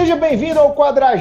Seja bem-vindo ao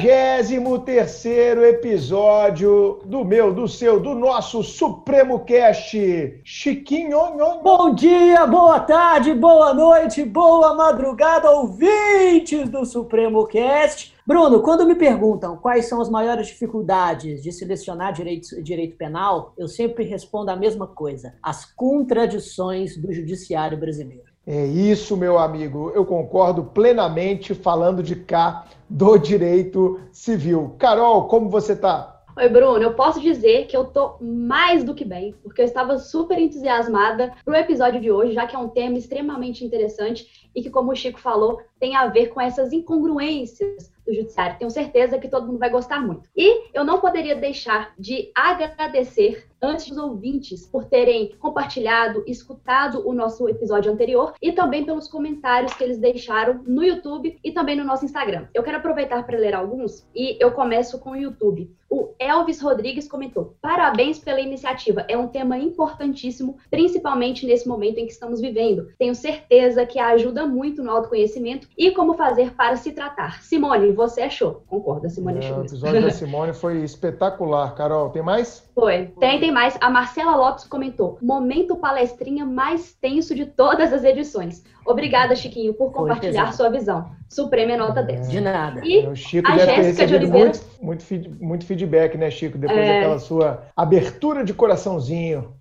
43º episódio do meu, do seu, do nosso Supremo Cast. Chiquinho. Bom dia, boa tarde, boa noite, boa madrugada, ouvintes do Supremo Cast. Bruno, quando me perguntam quais são as maiores dificuldades de selecionar direito penal, eu sempre respondo a mesma coisa: as contradições do judiciário brasileiro. É isso, meu amigo. Eu concordo plenamente falando de cá do direito civil. Carol, como você tá? Oi, Bruno, eu posso dizer que eu tô mais do que bem, porque eu estava super entusiasmada pro episódio de hoje, já que é um tema extremamente interessante e que, como o Chico falou, tem a ver com essas incongruências do judiciário. Tenho certeza que todo mundo vai gostar muito. E eu não poderia deixar de agradecer antes dos ouvintes por terem compartilhado, escutado o nosso episódio anterior e também pelos comentários que eles deixaram no YouTube e também no nosso Instagram. Eu quero aproveitar para ler alguns e eu começo com o YouTube. O Elvis Rodrigues comentou: parabéns pela iniciativa, é um tema importantíssimo, principalmente nesse momento em que estamos vivendo. Tenho certeza que ajuda muito no autoconhecimento e como fazer para se tratar. Simone, você achou? Concorda, Simone achou. O episódio da Simone foi espetacular. Carol, tem mais? Foi. Tem mais. A Marcela Lopes comentou: momento palestrinha mais tenso de todas as edições. Obrigada, Chiquinho, por compartilhar sua visão. Suprema é nota 10. De nada. E o Chico a deve ter Jéssica de recebido Oliveira... muito feedback, né, Chico? Depois daquela sua abertura de coraçãozinho.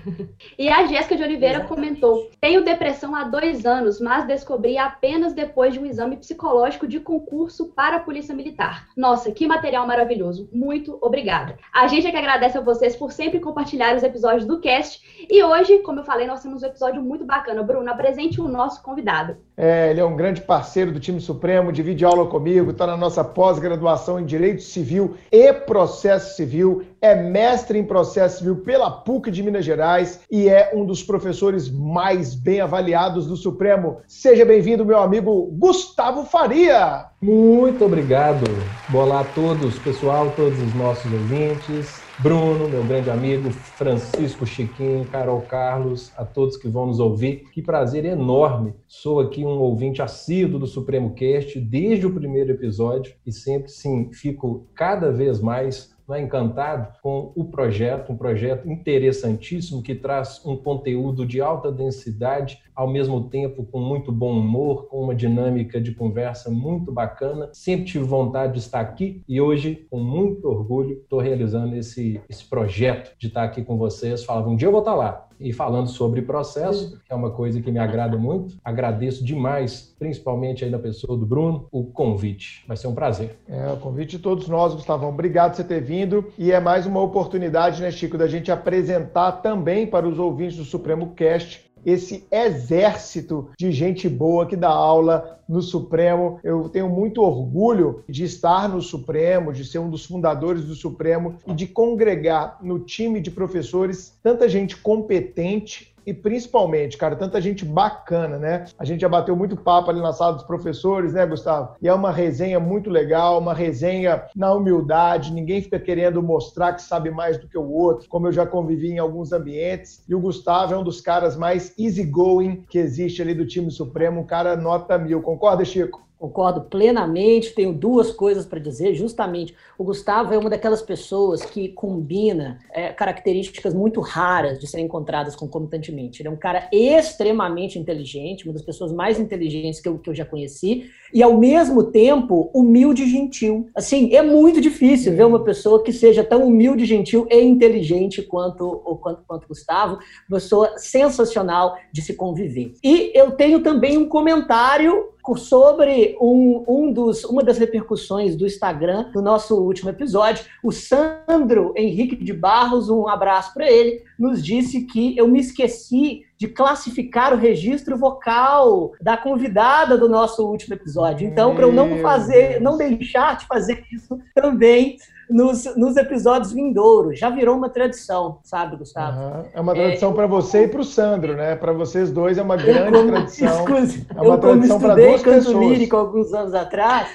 E a Jéssica de Oliveira comentou: tenho depressão há 2 anos, mas descobri apenas depois de um exame psicológico de concurso para a Polícia Militar. Nossa, que material maravilhoso. Muito obrigada. A gente é que agradece a vocês por sempre compartilhar os episódios do cast. E hoje, como eu falei, nós temos um episódio muito bacana. Bruno, apresente o nosso convidado. Ele é um grande parceiro do time Supremo, divide aula comigo, está na nossa pós-graduação em Direito Civil e Processo Civil, é mestre em Processo Civil pela PUC de Minas Gerais e é um dos professores mais bem avaliados do Supremo. Seja bem-vindo, meu amigo Gustavo Faria. Muito obrigado. Olá a todos, pessoal, todos os nossos ouvintes. Bruno, meu grande amigo, Francisco Chiquinho, Carol Carlos, a todos que vão nos ouvir. Que prazer enorme. Sou aqui um ouvinte assíduo do Supremo Cast desde o primeiro episódio e sempre, sim, fico cada vez mais encantado com o projeto, um projeto interessantíssimo que traz um conteúdo de alta densidade, ao mesmo tempo com muito bom humor, com uma dinâmica de conversa muito bacana. Sempre tive vontade de estar aqui e hoje, com muito orgulho, estou realizando esse projeto de estar aqui com vocês. Falava, um dia eu vou estar lá. E falando sobre processo, que é uma coisa que me agrada muito, agradeço demais, principalmente aí na pessoa do Bruno, o convite. Vai ser um prazer. O convite de todos nós, Gustavão. Obrigado por você ter vindo. E é mais uma oportunidade, né, Chico, da gente apresentar também para os ouvintes do Supremo Cast esse exército de gente boa que dá aula no Supremo. Eu tenho muito orgulho de estar no Supremo, de ser um dos fundadores do Supremo e de congregar no time de professores tanta gente competente e principalmente, cara, tanta gente bacana, né? A gente já bateu muito papo ali na sala dos professores, né, Gustavo? E é uma resenha muito legal, uma resenha na humildade, ninguém fica querendo mostrar que sabe mais do que o outro, como eu já convivi em alguns ambientes. E o Gustavo é um dos caras mais easygoing que existe ali do time Supremo, um cara nota 1000. Concorda, Chico? Concordo plenamente, tenho 2 coisas para dizer. Justamente, o Gustavo é uma daquelas pessoas que combina características muito raras de serem encontradas concomitantemente. Ele é um cara extremamente inteligente, uma das pessoas mais inteligentes que eu já conheci, e ao mesmo tempo humilde e gentil. Assim, é muito difícil ver uma pessoa que seja tão humilde, gentil e inteligente quanto Gustavo, uma pessoa sensacional de se conviver. E eu tenho também um comentário sobre uma das repercussões do Instagram do nosso último episódio. O Sandro Henrique de Barros, um abraço para ele, nos disse que eu me esqueci de classificar o registro vocal da convidada do nosso último episódio. Então, para eu não deixar de fazer isso também nos episódios vindouros. Já virou uma tradição, sabe, Gustavo? É uma tradição para você e para o Sandro, né? Para vocês dois é uma grande tradição. É uma tradição para 2 pessoas. Eu, como estudei canto lírico alguns anos atrás,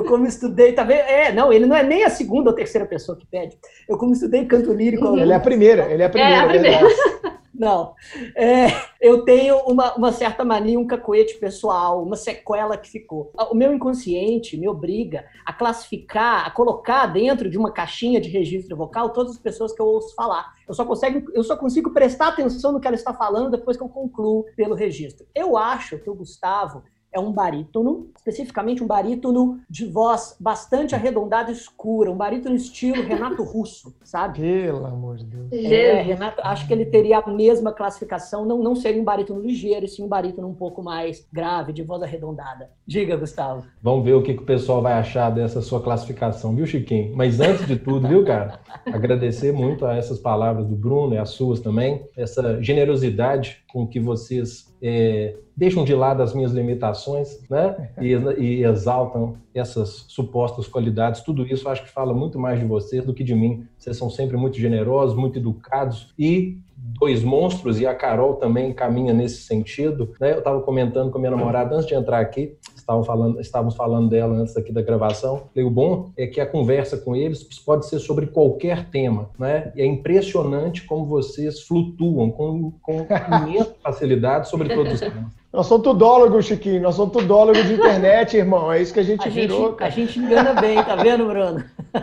tá vendo? Ele não é nem a 2ª ou 3ª pessoa que pede. Eu, como estudei canto lírico... Ele é a primeira. Não. Eu tenho uma certa mania, um cacoete pessoal, uma sequela que ficou. O meu inconsciente me obriga a classificar, a colocar dentro de uma caixinha de registro vocal todas as pessoas que eu ouço falar. Eu só consigo prestar atenção no que ela está falando depois que eu concluo pelo registro. Eu acho que o Gustavo é um barítono, especificamente um barítono de voz bastante arredondada e escura, um barítono estilo Renato Russo, sabe? Pelo amor de Deus. Renato, acho que ele teria a mesma classificação, não seria um barítono ligeiro, e sim um barítono um pouco mais grave, de voz arredondada. Diga, Gustavo. Vamos ver o que o pessoal vai achar dessa sua classificação, viu, Chiquinho? Mas antes de tudo, viu, cara? Agradecer muito a essas palavras do Bruno e as suas também, essa generosidade com que vocês deixam de lado as minhas limitações, né? E exaltam essas supostas qualidades. Tudo isso eu acho que fala muito mais de vocês do que de mim. Vocês são sempre muito generosos, muito educados e dois monstros, e a Carol também caminha nesse sentido, né? Eu estava comentando com a minha namorada antes de entrar aqui, estávamos falando dela antes aqui da gravação. O bom é que a conversa com eles pode ser sobre qualquer tema, né? E é impressionante como vocês flutuam com imensa facilidade sobre todos os temas. Nós somos tudólogos, Chiquinho. Nós somos tudólogos de internet, irmão. É isso que a gente virou, cara. A gente engana bem, tá vendo, Bruno?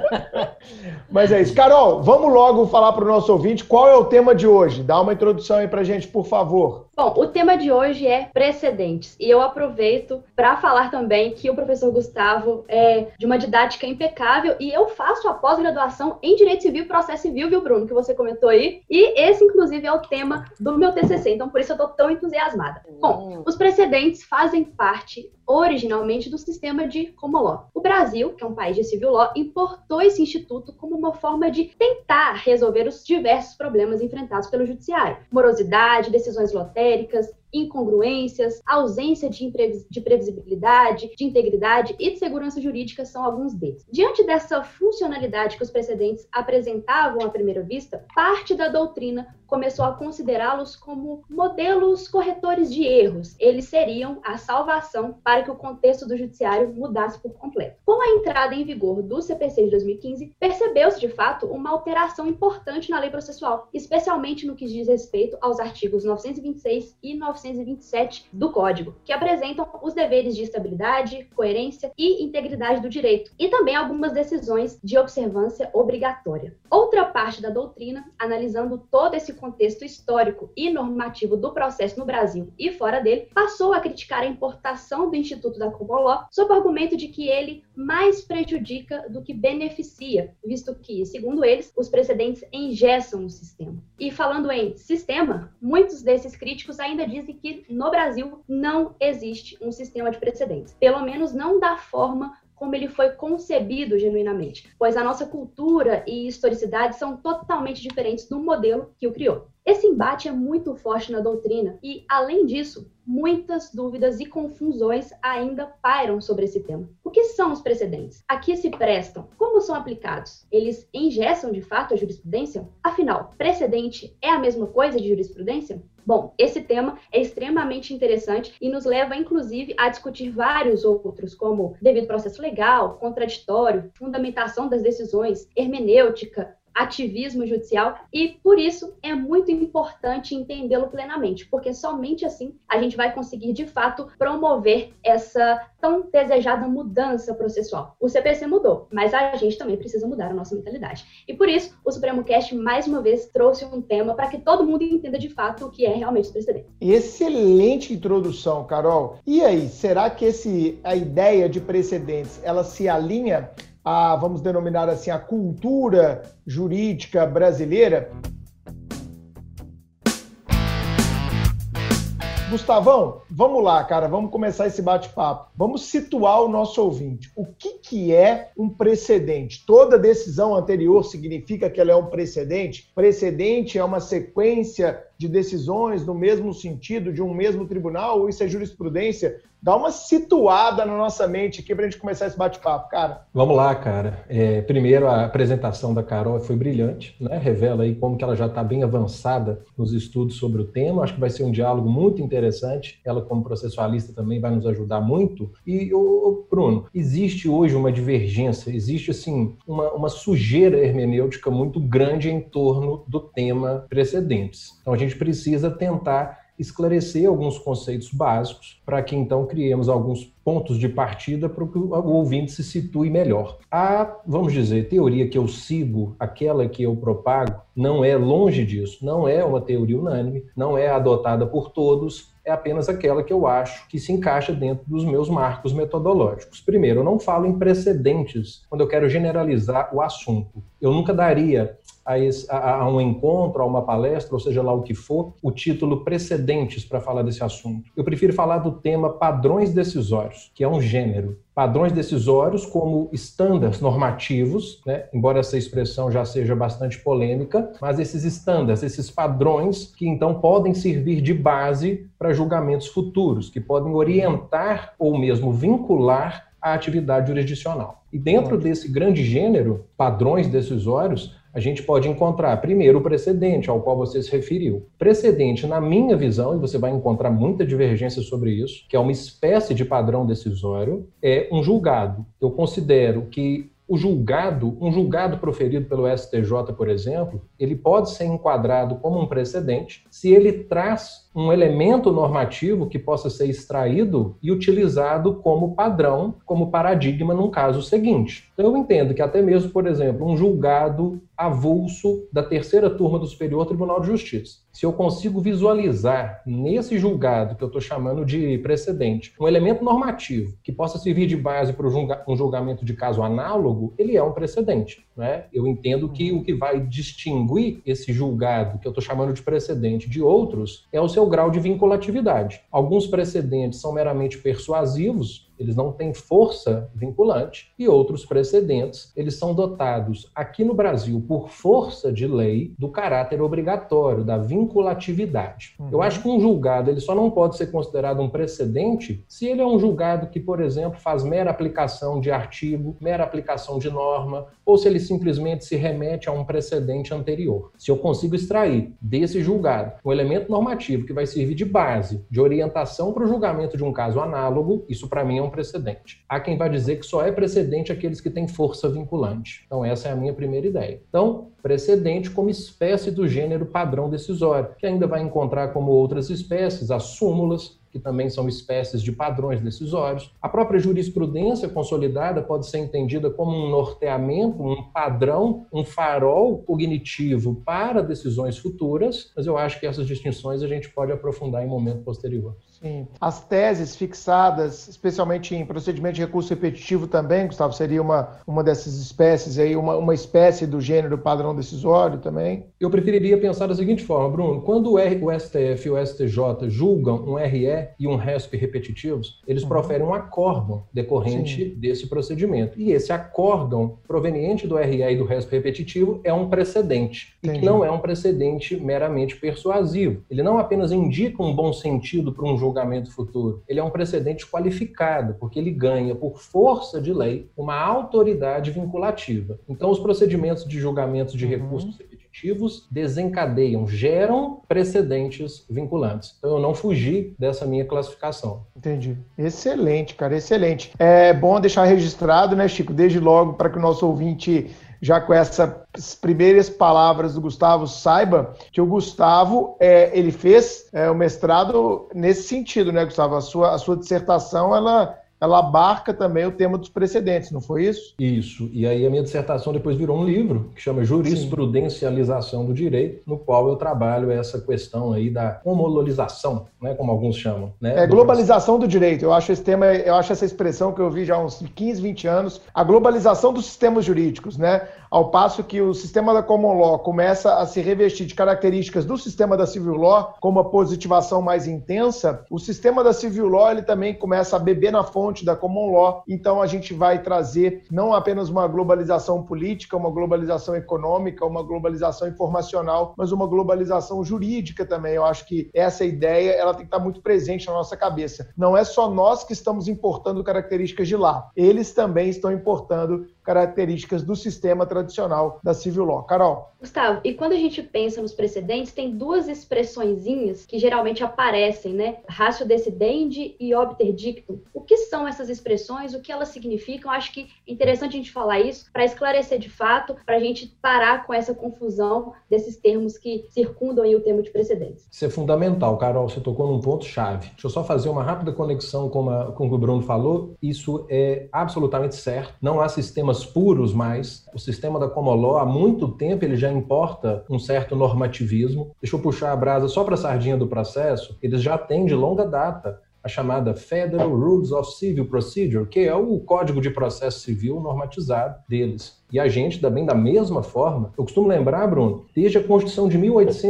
Mas é isso. Carol, vamos logo falar para o nosso ouvinte qual é o tema de hoje. Dá uma introdução aí pra gente, por favor. Bom, o tema de hoje é precedentes. E eu aproveito para falar também que o professor Gustavo é de uma didática impecável e eu faço a pós-graduação em Direito Civil e Processo Civil, viu, Bruno, que você comentou aí. E esse, inclusive, é o tema do meu TCC. Então, por isso eu tô tão entusiasmada. Bom, os precedentes fazem parte originalmente do sistema de common law. O Brasil, que é um país de civil law, importou esse instituto como uma forma de tentar resolver os diversos problemas enfrentados pelo judiciário. Morosidade, decisões lotéricas, incongruências, ausência de previsibilidade, de integridade e de segurança jurídica são alguns deles. Diante dessa funcionalidade que os precedentes apresentavam à primeira vista, parte da doutrina começou a considerá-los como modelos corretores de erros. Eles seriam a salvação para que o contexto do judiciário mudasse por completo. Com a entrada em vigor do CPC de 2015, percebeu-se, de fato, uma alteração importante na lei processual, especialmente no que diz respeito aos artigos 926 e 927 do Código, que apresentam os deveres de estabilidade, coerência e integridade do direito, e também algumas decisões de observância obrigatória. Outra parte da doutrina, analisando todo esse contexto histórico e normativo do processo no Brasil e fora dele, passou a criticar a importação do Instituto da Common Law sob o argumento de que ele mais prejudica do que beneficia, visto que, segundo eles, os precedentes engessam o sistema. E falando em sistema, muitos desses críticos ainda dizem que no Brasil não existe um sistema de precedentes, pelo menos não da forma como ele foi concebido genuinamente, pois a nossa cultura e historicidade são totalmente diferentes do modelo que o criou. Esse embate é muito forte na doutrina e, além disso, muitas dúvidas e confusões ainda pairam sobre esse tema. O que são os precedentes? A que se prestam? Como são aplicados? Eles engessam de fato a jurisprudência? Afinal, precedente é a mesma coisa de jurisprudência? Bom, esse tema é extremamente interessante e nos leva, inclusive, a discutir vários outros, como devido processo legal, contraditório, fundamentação das decisões, hermenêutica, ativismo judicial, e por isso é muito importante entendê-lo plenamente, porque somente assim a gente vai conseguir de fato promover essa tão desejada mudança processual. O CPC mudou, mas a gente também precisa mudar a nossa mentalidade. E por isso o Supremo Cast mais uma vez trouxe um tema para que todo mundo entenda de fato o que é realmente o precedente. Excelente introdução, Carol. E aí, será que a ideia de precedentes, ela se alinha a, vamos denominar assim, a cultura jurídica brasileira? Gustavão, vamos lá, cara, vamos começar esse bate-papo. Vamos situar o nosso ouvinte. O que é um precedente? Toda decisão anterior significa que ela é um precedente? Precedente é uma sequência de decisões no mesmo sentido, de um mesmo tribunal, ou isso é jurisprudência? Dá uma situada na nossa mente aqui para a gente começar esse bate-papo, cara. Vamos lá, cara. Primeiro, a apresentação da Carol foi brilhante, né? Revela aí como que ela já está bem avançada nos estudos sobre o tema. Acho que vai ser um diálogo muito interessante. Ela, como processualista, também vai nos ajudar muito. E, Bruno, existe hoje uma divergência, existe, assim, uma sujeira hermenêutica muito grande em torno do tema precedentes. Então, a gente gente precisa tentar esclarecer alguns conceitos básicos para que então criemos alguns pontos de partida para que o ouvinte se situe melhor. A, vamos dizer, teoria que eu sigo, aquela que eu propago, não é longe disso, não é uma teoria unânime, não é adotada por todos, é apenas aquela que eu acho que se encaixa dentro dos meus marcos metodológicos. Primeiro, eu não falo em precedentes quando eu quero generalizar o assunto. Eu nunca daria a um encontro, a uma palestra, ou seja lá o que for, o título precedentes para falar desse assunto. Eu prefiro falar do tema padrões decisórios, que é um gênero. Padrões decisórios como estándares normativos, né? Embora essa expressão já seja bastante polêmica, mas esses estándares, esses padrões que então podem servir de base para julgamentos futuros, que podem orientar ou mesmo vincular a atividade jurisdicional. E dentro desse grande gênero, padrões decisórios, a gente pode encontrar, primeiro, o precedente, ao qual você se referiu. Precedente, na minha visão, e você vai encontrar muita divergência sobre isso, que é uma espécie de padrão decisório, é um julgado. Eu considero que um julgado proferido pelo STJ, por exemplo, ele pode ser enquadrado como um precedente se ele traz um elemento normativo que possa ser extraído e utilizado como padrão, como paradigma num caso seguinte. Então eu entendo que até mesmo, por exemplo, um julgado avulso da terceira turma do Superior Tribunal de Justiça, se eu consigo visualizar nesse julgado, que eu estou chamando de precedente, um elemento normativo que possa servir de base para um julgamento de caso análogo, ele é um precedente, né? Eu entendo que o que vai distinguir esse julgado, que eu estou chamando de precedente, de outros, é o seu grau de vinculatividade. Alguns precedentes são meramente persuasivos, eles não têm força vinculante, e outros precedentes, eles são dotados, aqui no Brasil, por força de lei, do caráter obrigatório, da vinculatividade. Eu acho que um julgado, ele só não pode ser considerado um precedente se ele é um julgado que, por exemplo, faz mera aplicação de artigo, mera aplicação de norma, ou se ele simplesmente se remete a um precedente anterior. Se eu consigo extrair desse julgado um elemento normativo que vai servir de base, de orientação para o julgamento de um caso análogo, isso para mim é um precedente. Há quem vai dizer que só é precedente aqueles que têm força vinculante. Então essa é a minha primeira ideia. Então, precedente como espécie do gênero padrão decisório, que ainda vai encontrar como outras espécies as súmulas, que também são espécies de padrões decisórios. A própria jurisprudência consolidada pode ser entendida como um norteamento, um padrão, um farol cognitivo para decisões futuras, mas eu acho que essas distinções a gente pode aprofundar em momento posterior. Sim. As teses fixadas, especialmente em procedimento de recurso repetitivo também, Gustavo, seria uma dessas espécies aí, uma espécie do gênero padrão decisório também? Eu preferiria pensar da seguinte forma, Bruno, quando o STF e o STJ julgam um RE e um RESP repetitivos, eles proferem um acórdão decorrente desse procedimento. E esse acórdão proveniente do RE e do RESP repetitivo é um precedente. Entendi. E que não é um precedente meramente persuasivo. Ele não apenas indica um bom sentido para um julgamento futuro, ele é um precedente qualificado, porque ele ganha, por força de lei, uma autoridade vinculativa. Então, os procedimentos de julgamentos de recursos repetitivos desencadeiam, geram precedentes vinculantes. Então, eu não fugi dessa minha classificação. Entendi. Excelente, cara, excelente. É bom deixar registrado, né, Chico, desde logo, para que o nosso ouvinte, já com essas primeiras palavras do Gustavo, saiba que o Gustavo, ele fez o mestrado nesse sentido, né, Gustavo? A sua dissertação, ela abarca também o tema dos precedentes, não foi isso? Isso. E aí a minha dissertação depois virou um livro que chama Jurisprudencialização do Direito, no qual eu trabalho essa questão aí da homologização, né, como alguns chamam. Né, globalização do direito. Eu acho esse tema, eu acho essa expressão que eu vi já há uns 15, 20 anos, a globalização dos sistemas jurídicos, né? Ao passo que o sistema da Common Law começa a se revestir de características do sistema da Civil Law, como a positivação mais intensa, o sistema da Civil Law ele também começa a beber na fonte da Common Law. Então a gente vai trazer não apenas uma globalização política, uma globalização econômica, uma globalização informacional, mas uma globalização jurídica também. Eu acho que essa ideia ela tem que estar muito presente na nossa cabeça. Não é só nós que estamos importando características de lá, eles também estão importando características do sistema tradicional da civil law. Carol. Gustavo, e quando a gente pensa nos precedentes, tem duas expressõezinhas que geralmente aparecem, né? Ratio decidendi e obter dictum. O que são essas expressões? O que elas significam? Acho que é interessante a gente falar isso para esclarecer de fato, para a gente parar com essa confusão desses termos que circundam aí o termo de precedentes. Isso é fundamental, Carol. Você tocou num ponto-chave. Deixa eu só fazer uma rápida conexão com o que o Bruno falou. Isso é absolutamente certo. Não há sistemas puros mais. O sistema da common law, há muito tempo, ele já importa um certo normativismo. Deixa eu puxar a brasa só para a sardinha do processo. Eles já têm de longa data a chamada Federal Rules of Civil Procedure, que é o Código de Processo Civil normatizado deles. E a gente, também da mesma forma, eu costumo lembrar, Bruno, desde a Constituição de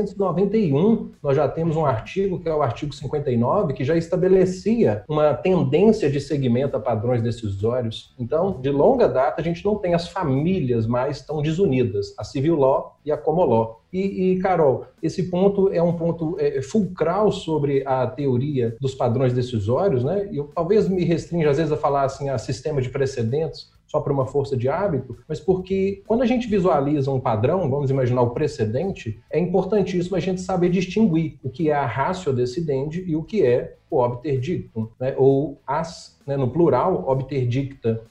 1891, nós já temos um artigo, que é o artigo 59, que já estabelecia uma tendência de seguimento a padrões decisórios. Então, de longa data, a gente não tem as famílias mais tão desunidas, a civil law e a common law. E, Carol, esse ponto é um ponto fulcral sobre a teoria dos padrões decisórios, né? Eu talvez me restrinja, às vezes, a falar assim, a sistema de precedentes, só por uma força de hábito, mas porque quando a gente visualiza um padrão, vamos imaginar o precedente, é importantíssimo a gente saber distinguir o que é a ratio decidendi e o que é o obter dictum, né? Ou as, né, no plural, obter dicta.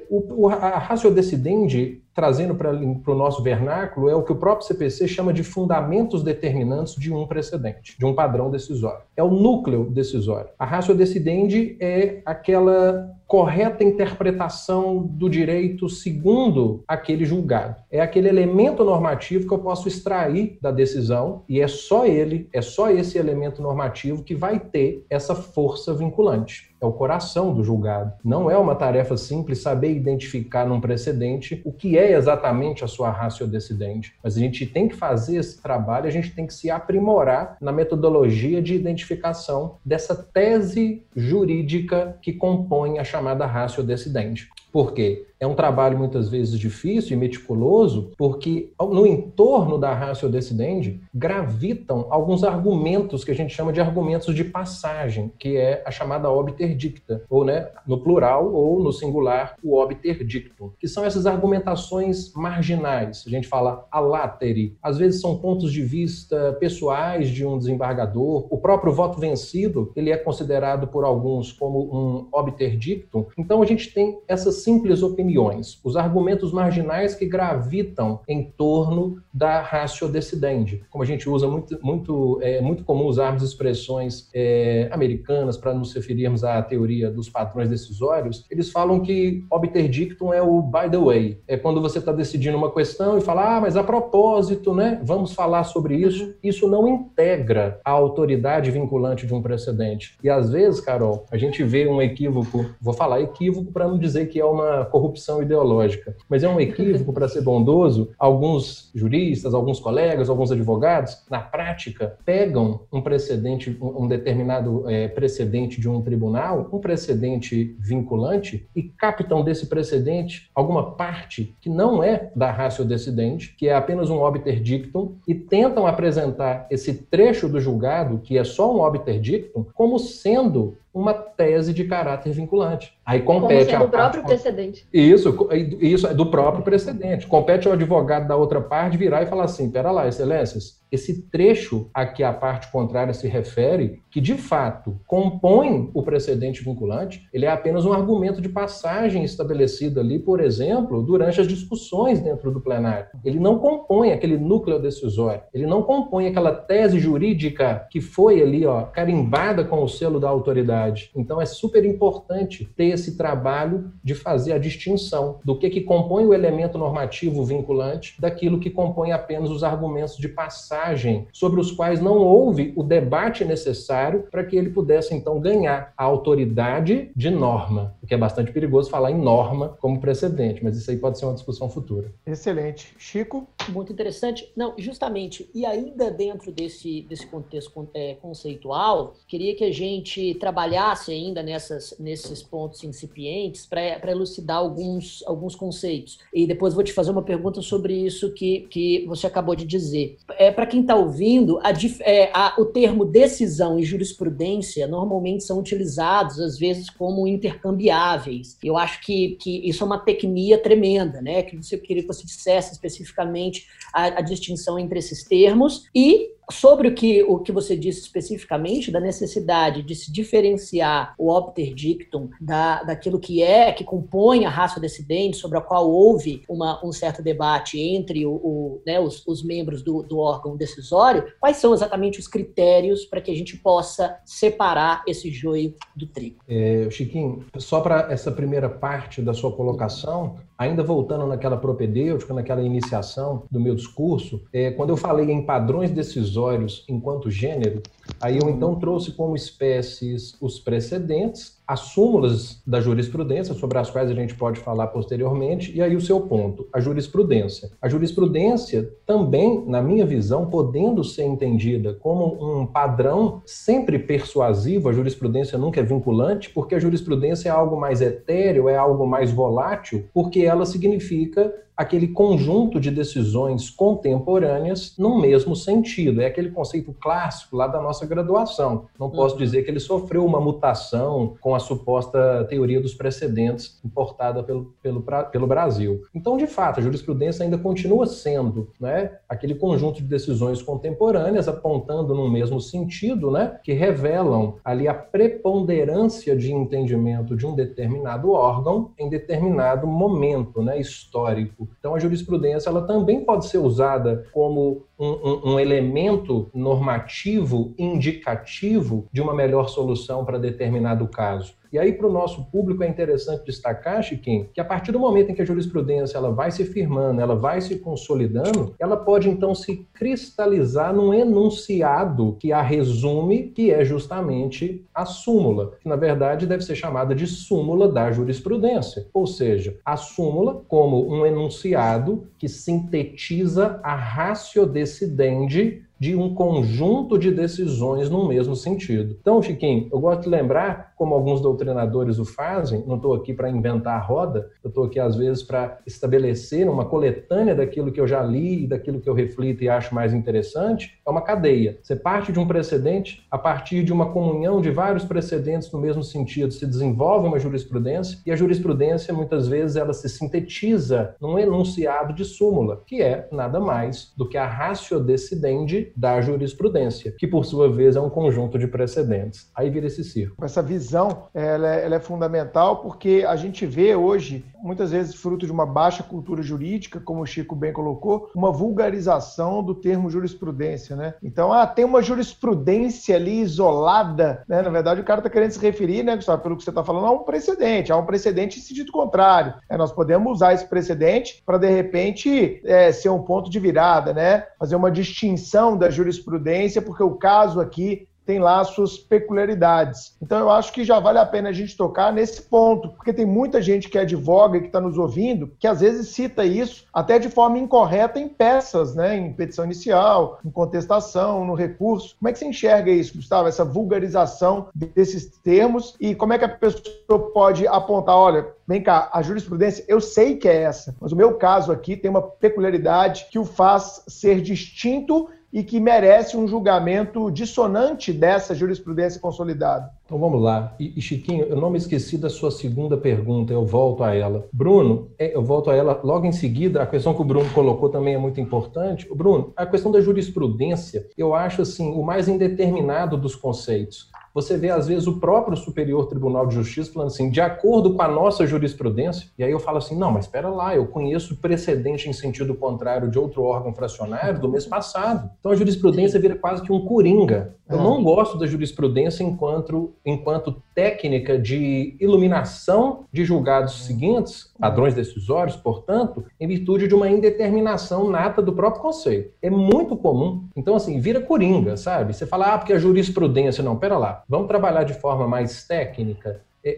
A ratio decidendi, trazendo para o nosso vernáculo, é o que o próprio CPC chama de fundamentos determinantes de um precedente, de um padrão decisório. É o núcleo decisório. A ratio decidendi é aquela correta interpretação do direito segundo aquele julgado. É aquele elemento normativo que eu posso extrair da decisão e é só esse elemento normativo que vai ter essa força vinculante. É o coração do julgado. Não é uma tarefa simples saber identificar num precedente o que é exatamente a sua ratio decidendi. Mas a gente tem que fazer esse trabalho, a gente tem que se aprimorar na metodologia de identificação dessa tese jurídica que compõe a chamada ratio decidendi. Por quê? É um trabalho muitas vezes difícil e meticuloso, porque no entorno da ratio decidendi gravitam alguns argumentos que a gente chama de argumentos de passagem, que é a chamada obter dicta, ou, né, no plural ou no singular, o obter dictum, que são essas argumentações marginais. A gente fala a latere, às vezes são pontos de vista pessoais de um desembargador, o próprio voto vencido, ele é considerado por alguns como um obter dictum. Então a gente tem essas simples opiniões, os argumentos marginais que gravitam em torno da ratio decidendi. Como a gente usa é muito comum usarmos expressões americanas para nos referirmos à teoria dos padrões decisórios, eles falam que obter dictum é o by the way. É quando você está decidindo uma questão e fala, mas a propósito, né, vamos falar sobre isso. Isso não integra a autoridade vinculante de um precedente. E às vezes, Carol, a gente vê um equívoco, vou falar equívoco para não dizer que é uma corrupção ideológica, mas é um equívoco, para ser bondoso, alguns juristas, alguns colegas, alguns advogados, na prática, pegam um precedente, um determinado precedente de um tribunal, um precedente vinculante, e captam desse precedente alguma parte que não é da ratio decidendi, que é apenas um obter dictum, e tentam apresentar esse trecho do julgado, que é só um obter dictum, como sendo uma tese de caráter vinculante. Aí compete como sendo do próprio precedente. Isso é do próprio precedente. Compete ao advogado da outra parte virar e falar assim, pera lá, excelências, esse trecho a que a parte contrária se refere, que de fato compõe o precedente vinculante, ele é apenas um argumento de passagem estabelecido ali, por exemplo, durante as discussões dentro do plenário. Ele não compõe aquele núcleo decisório, ele não compõe aquela tese jurídica que foi ali, carimbada com o selo da autoridade. Então é super importante ter esse trabalho de fazer a distinção do que compõe o elemento normativo vinculante daquilo que compõe apenas os argumentos de passagem, sobre os quais não houve o debate necessário para que ele pudesse então ganhar a autoridade de norma, o que é bastante perigoso falar em norma como precedente, mas isso aí pode ser uma discussão futura. Excelente. Chico? Muito interessante. Não, justamente, e ainda dentro desse contexto conceitual, queria que a gente trabalhasse ainda nesses pontos incipientes para elucidar alguns conceitos. E depois vou te fazer uma pergunta sobre isso que você acabou de dizer. Para quem está ouvindo, o termo decisão e jurisprudência normalmente são utilizados, às vezes, como intercambiáveis. Eu acho que isso é uma tecnia tremenda, né? Eu queria que você dissesse especificamente a distinção entre esses termos e sobre o que você disse especificamente, da necessidade de se diferenciar o obter dictum daquilo que compõe a ratio decidendi, sobre a qual houve um certo debate entre os membros do órgão decisório, quais são exatamente os critérios para que a gente possa separar esse joio do trigo? Chiquinho, só para essa primeira parte da sua colocação, ainda voltando naquela propedêutica, naquela iniciação do meu discurso, quando eu falei em padrões decisórios enquanto gênero, aí eu então trouxe como espécies os precedentes, as súmulas da jurisprudência, sobre as quais a gente pode falar posteriormente, e aí o seu ponto, a jurisprudência. A jurisprudência também, na minha visão, podendo ser entendida como um padrão sempre persuasivo, a jurisprudência nunca é vinculante, porque a jurisprudência é algo mais etéreo, é algo mais volátil, porque ela significa aquele conjunto de decisões contemporâneas no mesmo sentido. É aquele conceito clássico lá da nossa graduação. Não posso dizer que ele sofreu uma mutação com a suposta teoria dos precedentes importada pelo Brasil. Então, de fato, a jurisprudência ainda continua sendo, né, aquele conjunto de decisões contemporâneas apontando no mesmo sentido, né, que revelam ali a preponderância de entendimento de um determinado órgão em determinado momento, né, histórico. Então, a jurisprudência ela também pode ser usada como um elemento normativo indicativo de uma melhor solução para determinado caso. E aí, para o nosso público, é interessante destacar, Chiquinho, que a partir do momento em que a jurisprudência ela vai se firmando, ela vai se consolidando, ela pode, então, se cristalizar num enunciado que a resume, que é justamente a súmula, que, na verdade, deve ser chamada de súmula da jurisprudência. Ou seja, a súmula como um enunciado que sintetiza a ratio decidendi de um conjunto de decisões no mesmo sentido. Então, Chiquinho, eu gosto de lembrar, como alguns doutrinadores o fazem, não estou aqui para inventar a roda, eu estou aqui, às vezes, para estabelecer uma coletânea daquilo que eu já li e daquilo que eu reflito e acho mais interessante, é uma cadeia. Você parte de um precedente, a partir de uma comunhão de vários precedentes no mesmo sentido, se desenvolve uma jurisprudência, e a jurisprudência, muitas vezes, ela se sintetiza num enunciado de súmula, que é nada mais do que a ratio decidendi da jurisprudência, que por sua vez é um conjunto de precedentes. Aí vira esse círculo. Essa visão, ela é fundamental porque a gente vê hoje, muitas vezes fruto de uma baixa cultura jurídica, como o Chico bem colocou, uma vulgarização do termo jurisprudência, né? Então, tem uma jurisprudência ali isolada, né? Na verdade, o cara está querendo se referir, né, Gustavo, pelo que você está falando, a um precedente em sentido contrário. Nós podemos usar esse precedente para, de repente, ser um ponto de virada, né? Fazer uma distinção da jurisprudência, porque o caso aqui tem lá suas peculiaridades. Então, eu acho que já vale a pena a gente tocar nesse ponto, porque tem muita gente que advoga e que está nos ouvindo, que às vezes cita isso até de forma incorreta em peças, né? Em petição inicial, em contestação, no recurso. Como é que você enxerga isso, Gustavo? Essa vulgarização desses termos e como é que a pessoa pode apontar, olha, vem cá, a jurisprudência, eu sei que é essa, mas o meu caso aqui tem uma peculiaridade que o faz ser distinto e que merece um julgamento dissonante dessa jurisprudência consolidada. Então vamos lá. E Chiquinho, eu não me esqueci da sua segunda pergunta, eu volto a ela. Bruno, eu volto a ela logo em seguida, a questão que o Bruno colocou também é muito importante. Bruno, a questão da jurisprudência, eu acho assim, o mais indeterminado dos conceitos. Você vê, às vezes, o próprio Superior Tribunal de Justiça falando assim, de acordo com a nossa jurisprudência, e aí eu falo assim, não, mas espera lá, eu conheço precedente em sentido contrário de outro órgão fracionário do mês passado. Então a jurisprudência vira quase que um coringa. Eu não gosto da jurisprudência enquanto técnica de iluminação de julgados seguintes, padrões decisórios, portanto, em virtude de uma indeterminação nata do próprio conceito. É muito comum. Então, assim, vira coringa, sabe? Você fala, porque a jurisprudência... Não, pera lá. Vamos trabalhar de forma mais técnica.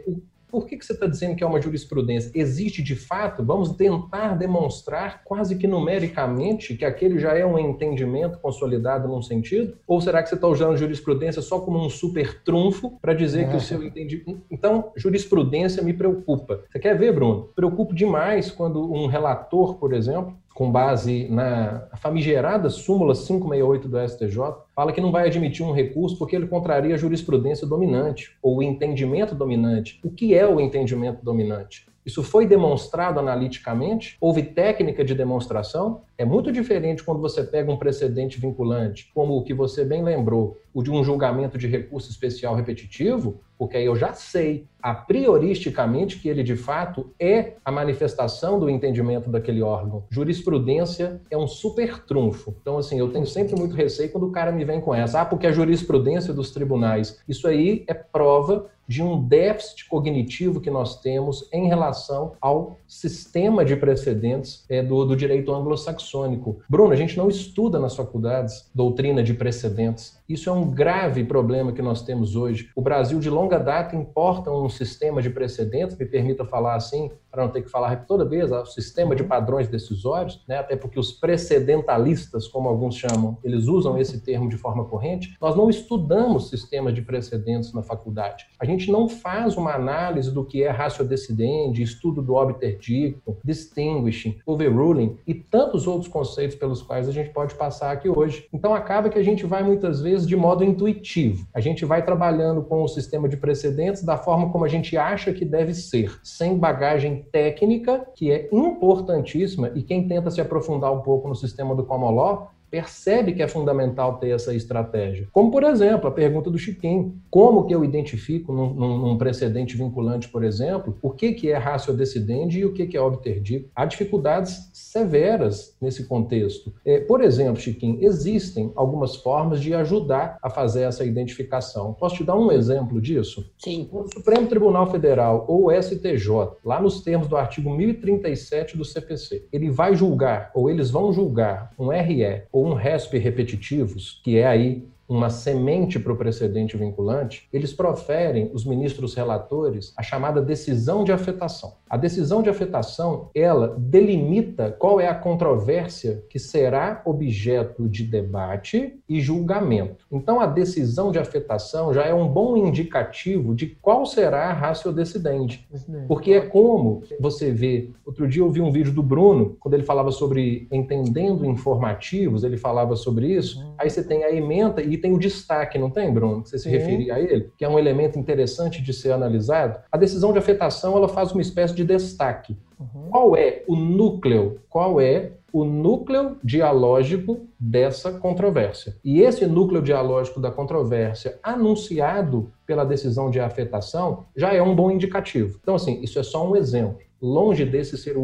por que você está dizendo que é uma jurisprudência? Existe de fato? Vamos tentar demonstrar quase que numericamente que aquele já é um entendimento consolidado num sentido? Ou será que você está usando jurisprudência só como um super trunfo para dizer que o seu entendimento... Então, jurisprudência me preocupa. Você quer ver, Bruno? Preocupo demais quando um relator, por exemplo, com base na famigerada súmula 568 do STJ, fala que não vai admitir um recurso porque ele contraria a jurisprudência dominante, ou o entendimento dominante. O que é o entendimento dominante? Isso foi demonstrado analiticamente? Houve técnica de demonstração? É muito diferente quando você pega um precedente vinculante, como o que você bem lembrou, o de um julgamento de recurso especial repetitivo, porque aí eu já sei, a prioristicamente, que ele de fato é a manifestação do entendimento daquele órgão. Jurisprudência é um super trunfo. Então, assim, eu tenho sempre muito receio quando o cara me vem com essa. Porque a jurisprudência dos tribunais, isso aí é prova de um déficit cognitivo que nós temos em relação ao sistema de precedentes do direito anglo-saxônico. Bruno, a gente não estuda nas faculdades doutrina de precedentes. Isso é um grave problema que nós temos hoje. O Brasil, de longa data, importa um sistema de precedentes, me permita falar assim, para não ter que falar toda vez, o sistema de padrões decisórios, né? Até porque os precedentalistas, como alguns chamam, eles usam esse termo de forma corrente. Nós não estudamos sistemas de precedentes na faculdade. A gente não faz uma análise do que é ratio decidendi, estudo do obiter dictum, distinguishing, overruling e tantos outros conceitos pelos quais a gente pode passar aqui hoje. Então acaba que a gente vai muitas vezes de modo intuitivo. A gente vai trabalhando com o sistema de precedentes da forma como a gente acha que deve ser, sem bagagem técnica, que é importantíssima, e quem tenta se aprofundar um pouco no sistema do common law percebe que é fundamental ter essa estratégia. Como, por exemplo, a pergunta do Chiquinho. Como que eu identifico num precedente vinculante, por exemplo, o que é ratio decidendi e o que é obiter dictum? Há dificuldades severas nesse contexto. Por exemplo, Chiquinho, existem algumas formas de ajudar a fazer essa identificação. Posso te dar um exemplo disso? Sim. O Supremo Tribunal Federal, ou o STJ, lá nos termos do artigo 1037 do CPC, ele vai julgar, ou eles vão julgar, um RE ou um RESP repetitivos, que é aí uma semente para o precedente vinculante, eles proferem, os ministros relatores, a chamada decisão de afetação. A decisão de afetação, ela delimita qual é a controvérsia que será objeto de debate e julgamento. Então, a decisão de afetação já é um bom indicativo de qual será a ratio decidendi. Porque é como você vê... Outro dia eu vi um vídeo do Bruno, quando ele falava sobre entendendo informativos, ele falava sobre isso, aí você tem a ementa e tem o destaque, não tem, Bruno? Que você se referia a ele, que é um elemento interessante de ser analisado. A decisão de afetação, ela faz uma espécie de destaque. Qual é o núcleo? Qual é o núcleo dialógico dessa controvérsia? E esse núcleo dialógico da controvérsia anunciado pela decisão de afetação já é um bom indicativo. Então, assim, isso é só um exemplo. Longe desse ser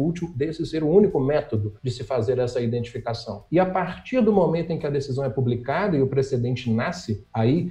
o único método de se fazer essa identificação. E a partir do momento em que a decisão é publicada e o precedente nasce, aí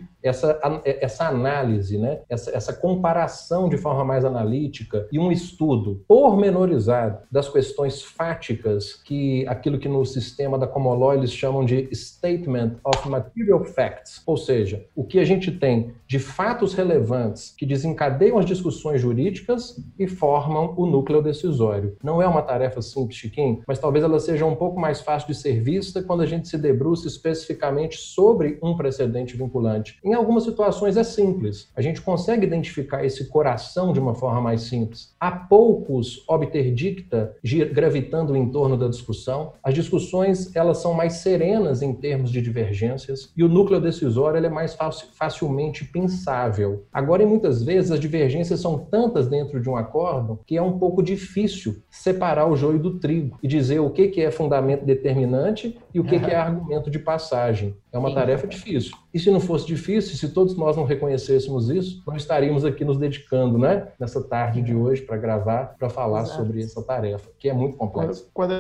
essa análise, né? essa comparação de forma mais analítica e um estudo pormenorizado das questões fáticas, aquilo que no sistema da common law eles chamam de statement of material facts, ou seja, o que a gente tem de fatos relevantes que desencadeiam as discussões jurídicas e formam o núcleo decisório. Não é uma tarefa simples, Chiquinho, mas talvez ela seja um pouco mais fácil de ser vista quando a gente se debruça especificamente sobre um precedente vinculante. Em algumas situações é simples. A gente consegue identificar esse coração de uma forma mais simples. Há poucos obiter dicta gravitando em torno da discussão. As discussões, elas são mais serenas em termos de divergências e o núcleo decisório ele é mais facilmente pensável. Agora, muitas vezes, as divergências são tantas dentro de um acórdão que é um pouco difícil separar o joio do trigo e dizer o que é fundamento determinante e o que é argumento de passagem. É uma tarefa difícil. E se não fosse difícil, se todos nós não reconhecêssemos isso, nós estaríamos aqui nos dedicando, né, nessa tarde de hoje para gravar, para falar sobre essa tarefa, que é muito complexa. Quando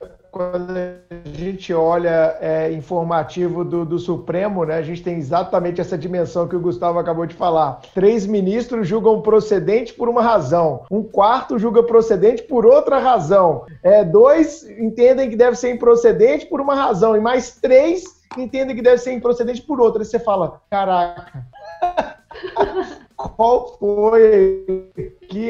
a gente olha informativo do Supremo, né, a gente tem exatamente essa dimensão que o Gustavo acabou de falar. 3 ministros julgam procedente por uma razão, um quarto julga procedente por outra razão, 2 entendem que deve ser improcedente por uma razão, e mais 3 entendem que deve ser improcedente por outra. E você fala, caraca... qual foi que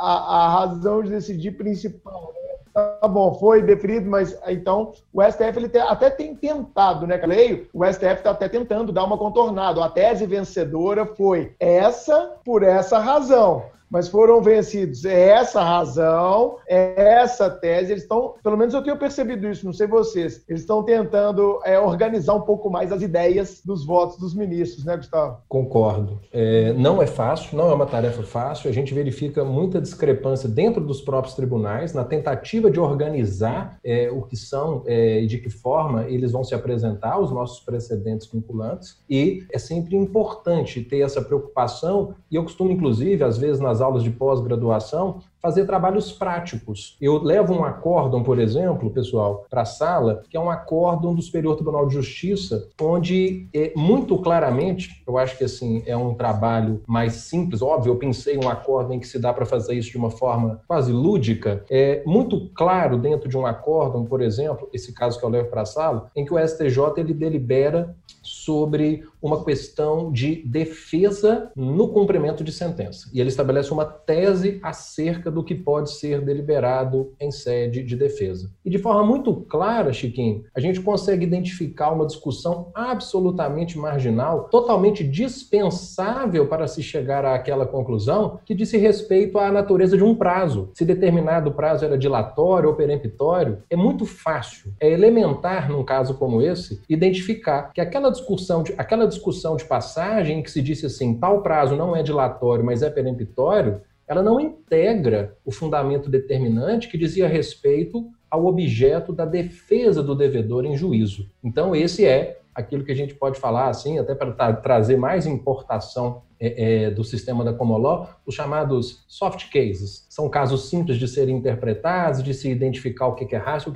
a razão de decidir principal? Tá bom, foi definido, mas então o STF ele até tem tentado, né? Leio, o STF está até tentando dar uma contornada. A tese vencedora foi essa por essa razão. Mas foram vencidos essa razão, essa tese. Eles estão, pelo menos eu tenho percebido isso, não sei vocês, eles estão tentando organizar um pouco mais as ideias dos votos dos ministros, né, Gustavo? Concordo. Não é fácil, não é uma tarefa fácil. A gente verifica muita discrepância dentro dos próprios tribunais, na tentativa de organizar o que são e de que forma eles vão se apresentar, os nossos precedentes vinculantes. E é sempre importante ter essa preocupação, e eu costumo, inclusive, às vezes nas aulas de pós-graduação, fazer trabalhos práticos. Eu levo um acórdão, por exemplo, pessoal, para a sala, que é um acórdão do Superior Tribunal de Justiça, onde muito claramente, eu acho que assim é um trabalho mais simples, óbvio, eu pensei um acórdão em que se dá para fazer isso de uma forma quase lúdica, muito claro dentro de um acórdão, por exemplo, esse caso que eu levo para a sala, em que o STJ ele delibera sobre uma questão de defesa no cumprimento de sentença. E ele estabelece uma tese acerca do que pode ser deliberado em sede de defesa. E de forma muito clara, Chiquinho, a gente consegue identificar uma discussão absolutamente marginal, totalmente dispensável para se chegar àquela conclusão, que disse respeito à natureza de um prazo. Se determinado prazo era dilatório ou peremptório, é muito fácil, é elementar, num caso como esse, identificar que aquela discussão de passagem em que se disse assim, tal prazo não é dilatório, mas é peremptório, ela não integra o fundamento determinante que dizia respeito ao objeto da defesa do devedor em juízo. Então, esse é aquilo que a gente pode falar, assim, até para trazer mais importação do sistema da Common Law, os chamados soft cases. São casos simples de serem interpretados, de se identificar o que é ratio,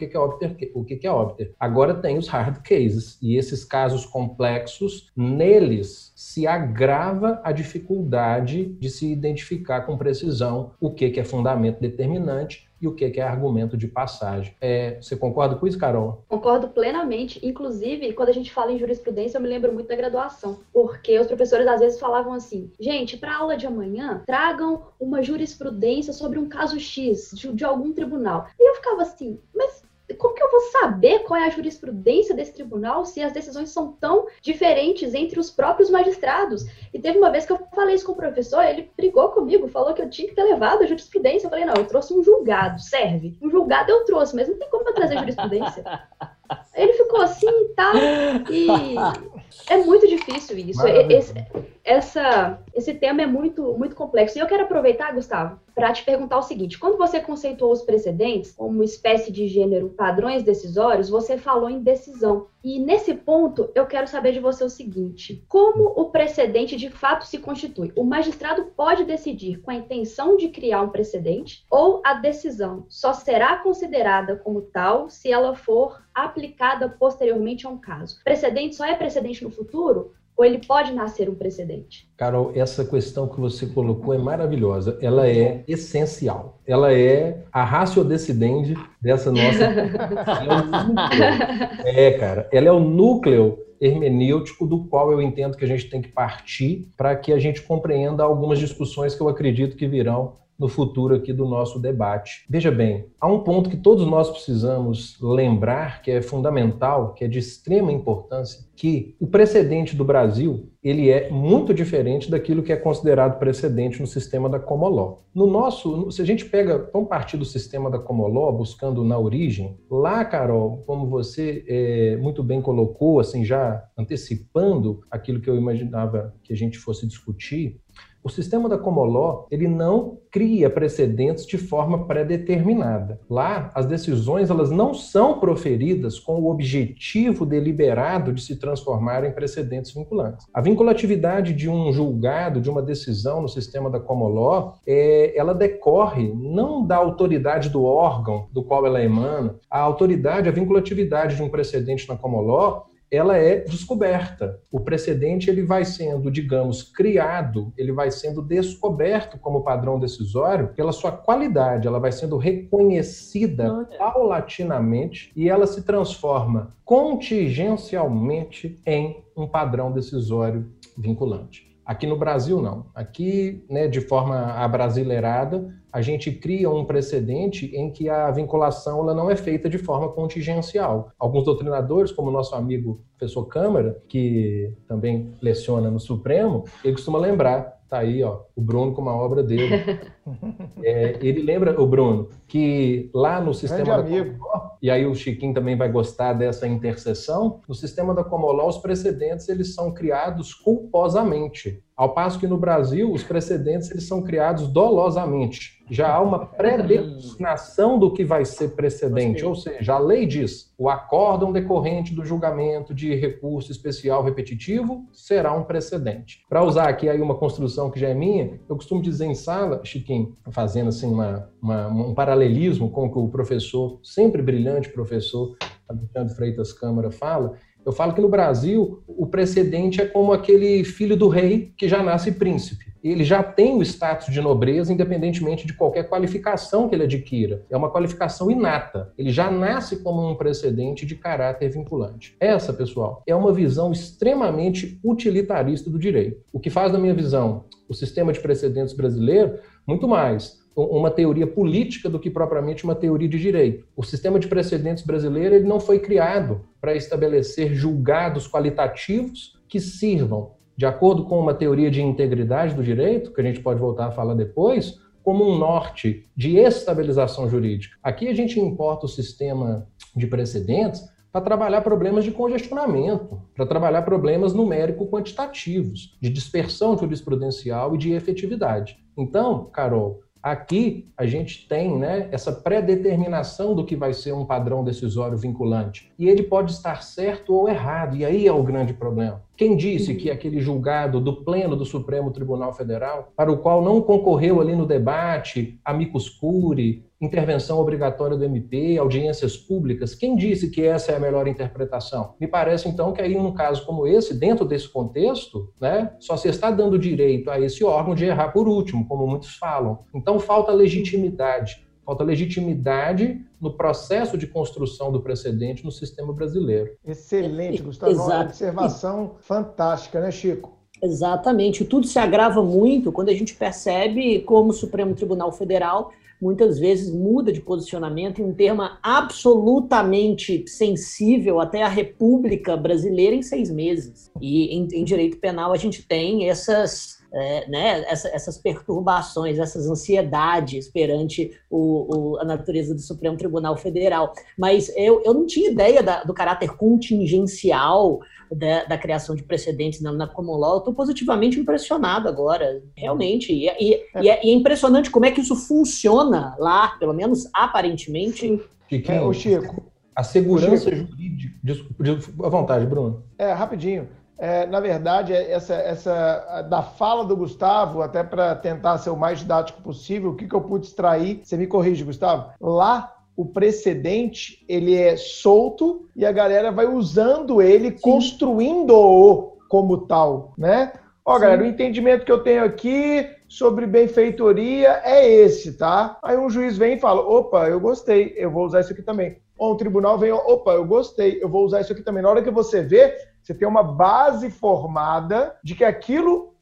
o que é obter. Agora tem os hard cases, e esses casos complexos, neles se agrava a dificuldade de se identificar com precisão o que é fundamento determinante e o que é argumento de passagem. Você concorda com isso, Carol? Concordo plenamente. Inclusive, quando a gente fala em jurisprudência, eu me lembro muito da graduação, porque os professores às vezes falavam assim, gente, para a aula de amanhã, tragam uma jurisprudência sobre um caso X de algum tribunal. E eu ficava assim, mas como que eu vou saber qual é a jurisprudência desse tribunal se as decisões são tão diferentes entre os próprios magistrados? E teve uma vez que eu falei isso com o professor, ele brigou comigo, falou que eu tinha que ter levado a jurisprudência. Eu falei, não, eu trouxe um julgado, serve. Um julgado eu trouxe, mas não tem como eu trazer jurisprudência. Ele ficou assim e tal, e é muito difícil isso. Esse tema é muito, muito complexo. E eu quero aproveitar, Gustavo, para te perguntar o seguinte, quando você conceituou os precedentes como espécie de gênero padrões decisórios, você falou em decisão. E nesse ponto, eu quero saber de você o seguinte, como o precedente de fato se constitui? O magistrado pode decidir com a intenção de criar um precedente ou a decisão só será considerada como tal se ela for aplicada posteriormente a um caso? Precedente só é precedente no futuro? Ou ele pode nascer um precedente? Carol, essa questão que você colocou é maravilhosa. Ela é essencial. Ela é a ratio decidendi dessa nossa... cara. Ela é o núcleo hermenêutico do qual eu entendo que a gente tem que partir para que a gente compreenda algumas discussões que eu acredito que virão no futuro aqui do nosso debate. Veja bem, há um ponto que todos nós precisamos lembrar, que é fundamental, que é de extrema importância, que o precedente do Brasil, ele é muito diferente daquilo que é considerado precedente no sistema da Common Law. Se a gente vamos partir do sistema da Common Law, buscando na origem, lá, Carol, como você muito bem colocou, assim, já antecipando aquilo que eu imaginava que a gente fosse discutir, o sistema da Common Law, ele não cria precedentes de forma pré-determinada. Lá, as decisões elas não são proferidas com o objetivo deliberado de se transformar em precedentes vinculantes. A vinculatividade de um julgado, de uma decisão no sistema da Common Law, ela decorre não da autoridade do órgão do qual ela emana. A vinculatividade de um precedente na Common Law, ela é descoberta. O precedente ele vai sendo, digamos, criado, ele vai sendo descoberto como padrão decisório pela sua qualidade, ela vai sendo reconhecida paulatinamente e ela se transforma contingencialmente em um padrão decisório vinculante. Aqui no Brasil, não. Aqui, né, de forma abrasileirada, a gente cria um precedente em que a vinculação ela não é feita de forma contingencial. Alguns doutrinadores, como o nosso amigo professor Câmara, que também leciona no Supremo, ele costuma lembrar, tá aí, ó, o Bruno com uma obra dele. Ele lembra, o Bruno, que lá no sistema da Common Law, e aí o Chiquinho também vai gostar dessa interseção, no sistema da Common Law, os precedentes eles são criados culposamente, ao passo que no Brasil os precedentes eles são criados dolosamente. Já há uma pré-determinação do que vai ser precedente, ou seja, a lei diz, o acórdão decorrente do julgamento de recurso especial repetitivo será um precedente. Para usar aqui aí uma construção que já é minha, eu costumo dizer em sala, Chiquinho, fazendo assim um paralelismo com o que o professor, sempre brilhante professor Alexandre Freitas Câmara fala, eu falo que no Brasil o precedente é como aquele filho do rei que já nasce príncipe. Ele já tem o status de nobreza, independentemente de qualquer qualificação que ele adquira. É uma qualificação inata. Ele já nasce como um precedente de caráter vinculante. Essa, pessoal, é uma visão extremamente utilitarista do direito. O que faz, na minha visão, o sistema de precedentes brasileiro, muito mais uma teoria política do que propriamente uma teoria de direito. O sistema de precedentes brasileiro ele não foi criado para estabelecer julgados qualitativos que sirvam, de acordo com uma teoria de integridade do direito, que a gente pode voltar a falar depois, como um norte de estabilização jurídica. Aqui a gente importa o sistema de precedentes para trabalhar problemas de congestionamento, para trabalhar problemas numérico-quantitativos, de dispersão jurisprudencial e de efetividade. Então, Carol, aqui a gente tem, né, essa pré-determinação do que vai ser um padrão decisório vinculante. E ele pode estar certo ou errado, e aí é o grande problema. Quem disse que aquele julgado do Pleno do Supremo Tribunal Federal, para o qual não concorreu ali no debate, amicus curiae, intervenção obrigatória do MP, audiências públicas, quem disse que essa é a melhor interpretação? Me parece, então, que aí, num caso como esse, dentro desse contexto, né, só se está dando direito a esse órgão de errar por último, como muitos falam. Então, falta legitimidade. Falta legitimidade no processo de construção do precedente no sistema brasileiro. Excelente, Gustavo. Uma observação fantástica, né, Chico? Exatamente. Tudo se agrava muito quando a gente percebe como o Supremo Tribunal Federal muitas vezes muda de posicionamento em um tema absolutamente sensível até a República Brasileira em 6 meses. E em direito penal a gente tem essas perturbações, essas ansiedades perante a natureza do Supremo Tribunal Federal. Mas eu não tinha ideia do caráter contingencial da criação de precedentes na Common Law. Eu estou positivamente impressionado agora, realmente. E é impressionante como é que isso funciona lá, pelo menos aparentemente. Chico. A segurança jurídica... Desculpa, à vontade, Bruno. Rapidinho. Na verdade, essa da fala do Gustavo, até para tentar ser o mais didático possível, o que eu pude extrair, você me corrige, Gustavo, lá o precedente ele é solto e a galera vai usando ele, construindo-o como tal, né? Ó, galera, o entendimento que eu tenho aqui sobre benfeitoria é esse, tá? Aí um juiz vem e fala, opa, eu gostei, eu vou usar isso aqui também. Ou um tribunal vem, opa, eu gostei, eu vou usar isso aqui também. Na hora que você vê, você tem uma base formada de que aquilo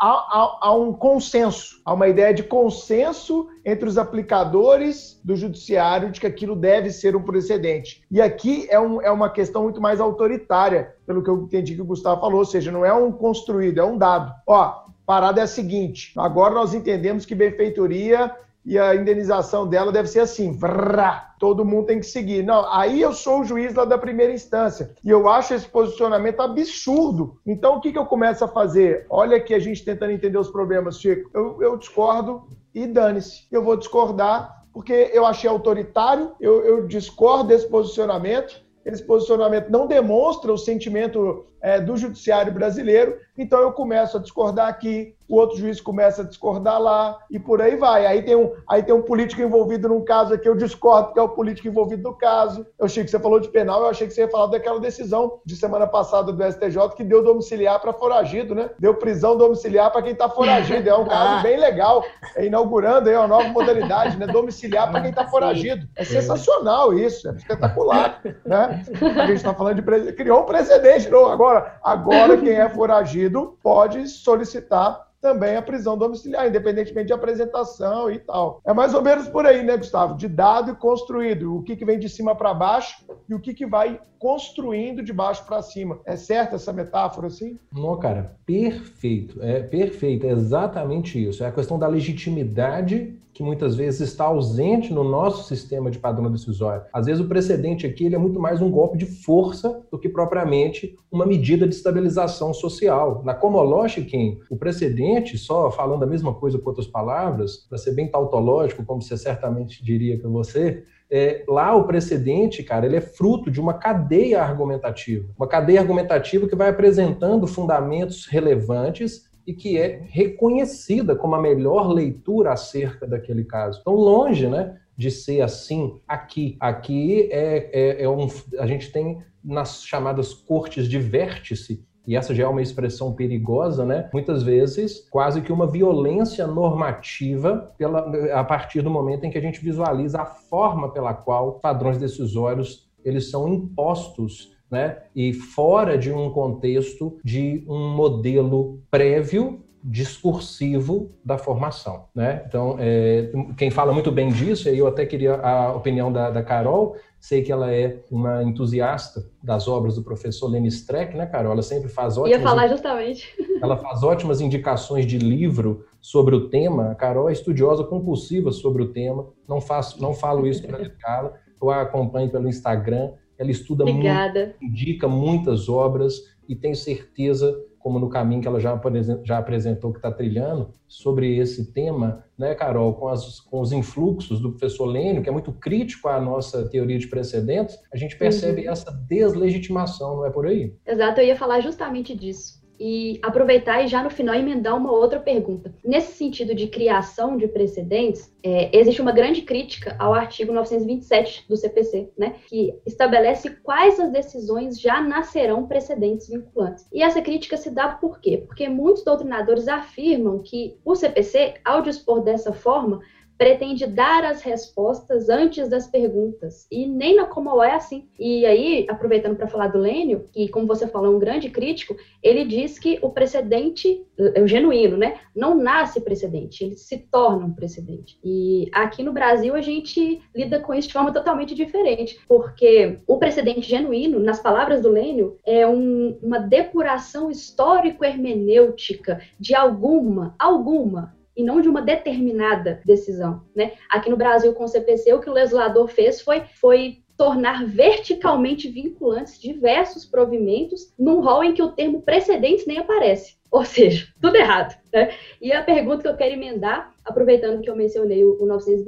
há um consenso, há uma ideia de consenso entre os aplicadores do judiciário de que aquilo deve ser um precedente. E aqui é uma questão muito mais autoritária, pelo que eu entendi que o Gustavo falou, ou seja, não é um construído, é um dado. Ó, parada é a seguinte, agora nós entendemos que benfeitoria e a indenização dela deve ser assim, todo mundo tem que seguir. Não, aí eu sou o juiz lá da primeira instância e eu acho esse posicionamento absurdo. Então o que eu começo a fazer? Olha aqui a gente tentando entender os problemas, Chico. Eu discordo e dane-se. Eu vou discordar porque eu achei autoritário, eu discordo desse posicionamento. Esse posicionamento não demonstra o sentimento do judiciário brasileiro, então eu começo a discordar aqui, o outro juiz começa a discordar lá, e por aí vai. Aí tem um político envolvido num caso aqui, eu discordo porque é o político envolvido no caso. Chico, você falou de penal, eu achei que você ia falar daquela decisão de semana passada do STJ que deu domiciliar para foragido, né? Deu prisão domiciliar para quem está foragido. É um caso bem legal, inaugurando aí uma nova modalidade, né? Domiciliar para quem está foragido. É sensacional isso, é espetacular, né? A gente está falando criou um precedente, não, agora Agora quem é foragido pode solicitar também a prisão domiciliar, independentemente de apresentação e tal. É mais ou menos por aí, né, Gustavo? De dado e construído. O que vem de cima para baixo e o que vai construindo de baixo para cima. É certa essa metáfora, assim? Não, cara, perfeito. Perfeito, é exatamente isso. É a questão da legitimidade que muitas vezes está ausente no nosso sistema de padrão decisório. Às vezes o precedente aqui ele é muito mais um golpe de força do que propriamente uma medida de estabilização social. Na Comoló, Chiquinho, o precedente, só falando a mesma coisa com outras palavras, para ser bem tautológico, como você certamente diria que você, lá o precedente, cara, ele é fruto de uma cadeia argumentativa. Uma cadeia argumentativa que vai apresentando fundamentos relevantes e que é reconhecida como a melhor leitura acerca daquele caso. Então, longe, né, de ser assim aqui. Aqui a gente tem nas chamadas cortes de vértice, e essa já é uma expressão perigosa, né? Muitas vezes, quase que uma violência normativa a partir do momento em que a gente visualiza a forma pela qual padrões decisórios eles são impostos, né? E fora de um contexto de um modelo prévio discursivo da formação, né? Então, quem fala muito bem disso, e eu até queria a opinião da Carol, sei que ela é uma entusiasta das obras do professor Lênin Streck, né, Carol? Ela sempre faz ótimas... Ia falar justamente. Ela faz ótimas indicações de livro sobre o tema. A Carol é estudiosa compulsiva sobre o tema. Não falo isso para educá-la. Eu a acompanho pelo Instagram. Ela estuda muito, indica muitas obras e tenho certeza, como no caminho que ela já apresentou, que está trilhando, sobre esse tema, né, Carol, com os influxos do professor Lênin, que é muito crítico à nossa teoria de precedentes, a gente percebe essa deslegitimação, não é por aí? Exato, eu ia falar justamente disso. E aproveitar e já no final emendar uma outra pergunta. Nesse sentido de criação de precedentes, existe uma grande crítica ao artigo 927 do CPC, né, que estabelece quais as decisões já nascerão precedentes vinculantes. E essa crítica se dá por quê? Porque muitos doutrinadores afirmam que o CPC, ao dispor dessa forma, pretende dar as respostas antes das perguntas. E nem na Comoló é assim. E aí, aproveitando para falar do Lênio, que, como você falou, é um grande crítico, ele diz que o precedente, o genuíno, né, não nasce precedente, ele se torna um precedente. E aqui no Brasil a gente lida com isso de forma totalmente diferente, porque o precedente genuíno, nas palavras do Lênio, é uma depuração histórico-hermenêutica de alguma, e não de uma determinada decisão, né? Aqui no Brasil, com o CPC, o que o legislador fez foi tornar verticalmente vinculantes diversos provimentos num rol em que o termo precedentes nem aparece. Ou seja, tudo errado, né? E a pergunta que eu quero emendar, aproveitando que eu mencionei o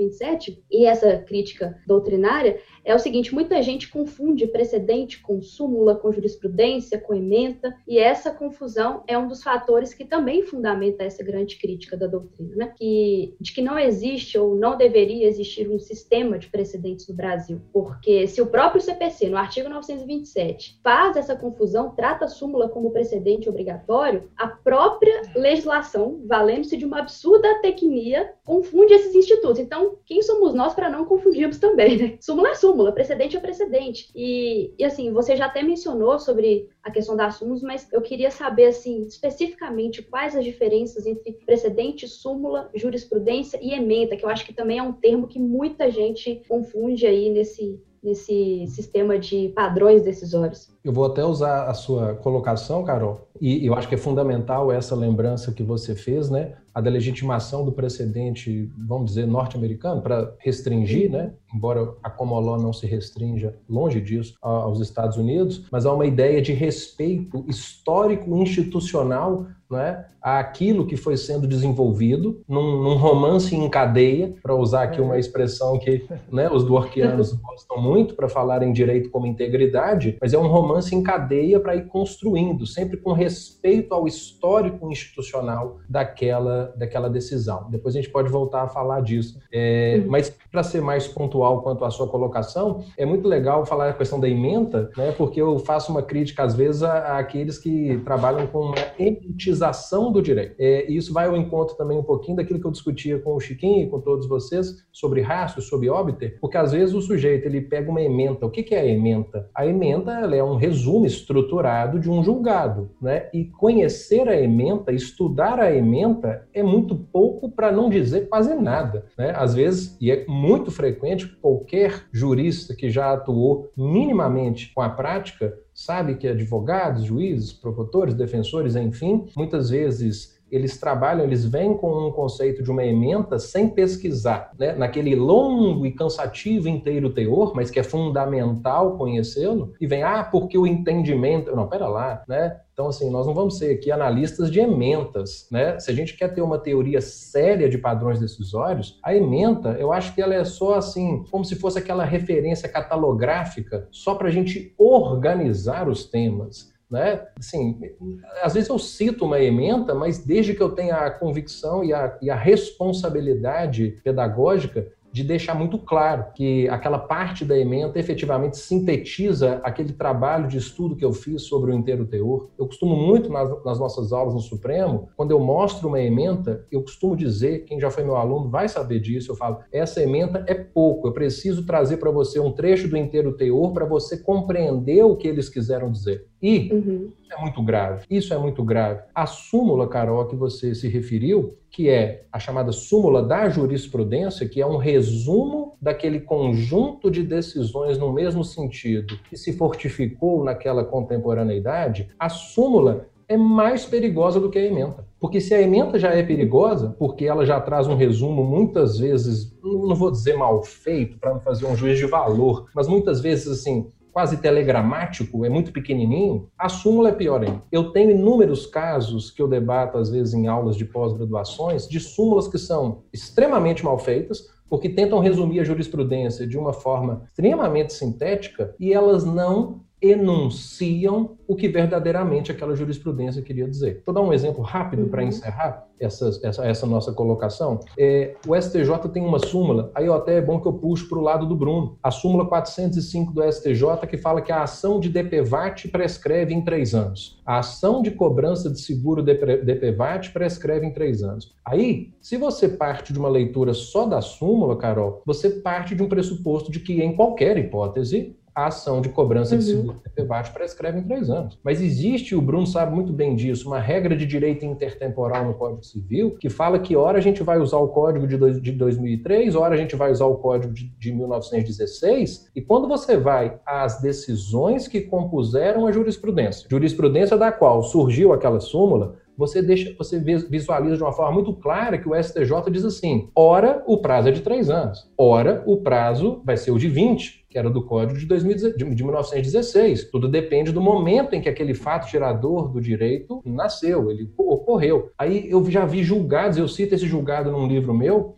927 e essa crítica doutrinária, é o seguinte: muita gente confunde precedente com súmula, com jurisprudência, com ementa, e essa confusão é um dos fatores que também fundamenta essa grande crítica da doutrina, né? De que não existe ou não deveria existir um sistema de precedentes no Brasil, porque se o próprio CPC, no artigo 927, faz essa confusão, trata a súmula como precedente obrigatório, a própria legislação, valendo-se de uma absurda tecnia, confunde esses institutos. Então, quem somos nós para não confundirmos também, né? Súmula é súmula, precedente é precedente. E assim, você já até mencionou sobre a questão das súmulas, mas eu queria saber, assim, especificamente quais as diferenças entre precedente, súmula, jurisprudência e ementa, que eu acho que também é um termo que muita gente confunde aí nesse sistema de padrões decisórios. Eu vou até usar a sua colocação, Carol, e eu acho que é fundamental essa lembrança que você fez, né? A da legitimação do precedente, vamos dizer, norte-americano, para restringir, né? Embora a Comoló não se restrinja, longe disso, aos Estados Unidos, mas há uma ideia de respeito histórico-institucional, né, àquilo que foi sendo desenvolvido num romance em cadeia, para usar aqui uma expressão que, né, os dworkianos gostam muito para falar em direito como integridade, mas é um romance em cadeia para ir construindo, sempre com respeito ao histórico institucional daquela decisão. Depois a gente pode voltar a falar disso. Mas, para ser mais pontual quanto à sua colocação, é muito legal falar a questão da ementa, né, porque eu faço uma crítica, às vezes, àqueles que trabalham com uma ementização do direito. E isso vai ao encontro também um pouquinho daquilo que eu discutia com o Chiquinho e com todos vocês sobre Ratio, sobre Obiter, porque às vezes o sujeito ele pega uma ementa. O que é a ementa? A ementa ela é um resumo estruturado de um julgado, né? E conhecer a ementa, estudar a ementa é muito pouco, para não dizer quase nada, né? Às vezes, e é muito frequente, qualquer jurista que já atuou minimamente com a prática sabe que advogados, juízes, promotores, defensores, enfim, muitas vezes eles vêm com um conceito de uma ementa sem pesquisar, né? Naquele longo e cansativo inteiro teor, mas que é fundamental conhecê-lo, e vem, porque o entendimento... Não, pera lá, né? Então, assim, nós não vamos ser aqui analistas de ementas, né? Se a gente quer ter uma teoria séria de padrões decisórios, a ementa, eu acho que ela é só, assim, como se fosse aquela referência catalográfica, só para a gente organizar os temas, né? Assim, às vezes eu cito uma ementa, mas desde que eu tenha a convicção e a responsabilidade pedagógica de deixar muito claro que aquela parte da ementa efetivamente sintetiza aquele trabalho de estudo que eu fiz sobre o inteiro teor. Eu costumo muito nas nossas aulas no Supremo, quando eu mostro uma ementa, eu costumo dizer, quem já foi meu aluno vai saber disso, eu falo, essa ementa é pouco, eu preciso trazer para você um trecho do inteiro teor para você compreender o que eles quiseram dizer. E isso é muito grave, isso é muito grave. A súmula, Carol, que você se referiu, que é a chamada súmula da jurisprudência, que é um resumo daquele conjunto de decisões no mesmo sentido que se fortificou naquela contemporaneidade, a súmula é mais perigosa do que a ementa. Porque se a ementa já é perigosa, porque ela já traz um resumo muitas vezes, não vou dizer mal feito, para não fazer um juízo de valor, mas muitas vezes assim, quase telegramático, é muito pequenininho, a súmula é pior ainda. Eu tenho inúmeros casos que eu debato, às vezes, em aulas de pós-graduações, de súmulas que são extremamente mal feitas, porque tentam resumir a jurisprudência de uma forma extremamente sintética e elas não enunciam o que verdadeiramente aquela jurisprudência queria dizer. Vou dar um exemplo rápido para encerrar essa nossa colocação. O STJ tem uma súmula, aí até é bom que eu puxo para o lado do Bruno, a súmula 405 do STJ, que fala que a ação de DPVAT prescreve em 3 anos. A ação de cobrança de seguro DPVAT prescreve em 3 anos. Aí, se você parte de uma leitura só da súmula, Carol, você parte de um pressuposto de que, em qualquer hipótese, a ação de cobrança de seguro DPVAT prescreve em 3 anos. Mas existe, o Bruno sabe muito bem disso, uma regra de direito intertemporal no Código Civil que fala que ora a gente vai usar o Código de 2003, ora a gente vai usar o Código de 1916, e quando você vai às decisões que compuseram a jurisprudência da qual surgiu aquela súmula, você visualiza de uma forma muito clara que o STJ diz assim, ora o prazo é de 3 anos, ora o prazo vai ser o de 20, que era do Código de 1916. Tudo depende do momento em que aquele fato gerador do direito nasceu, ele ocorreu. Aí eu já vi julgados, eu cito esse julgado num livro meu,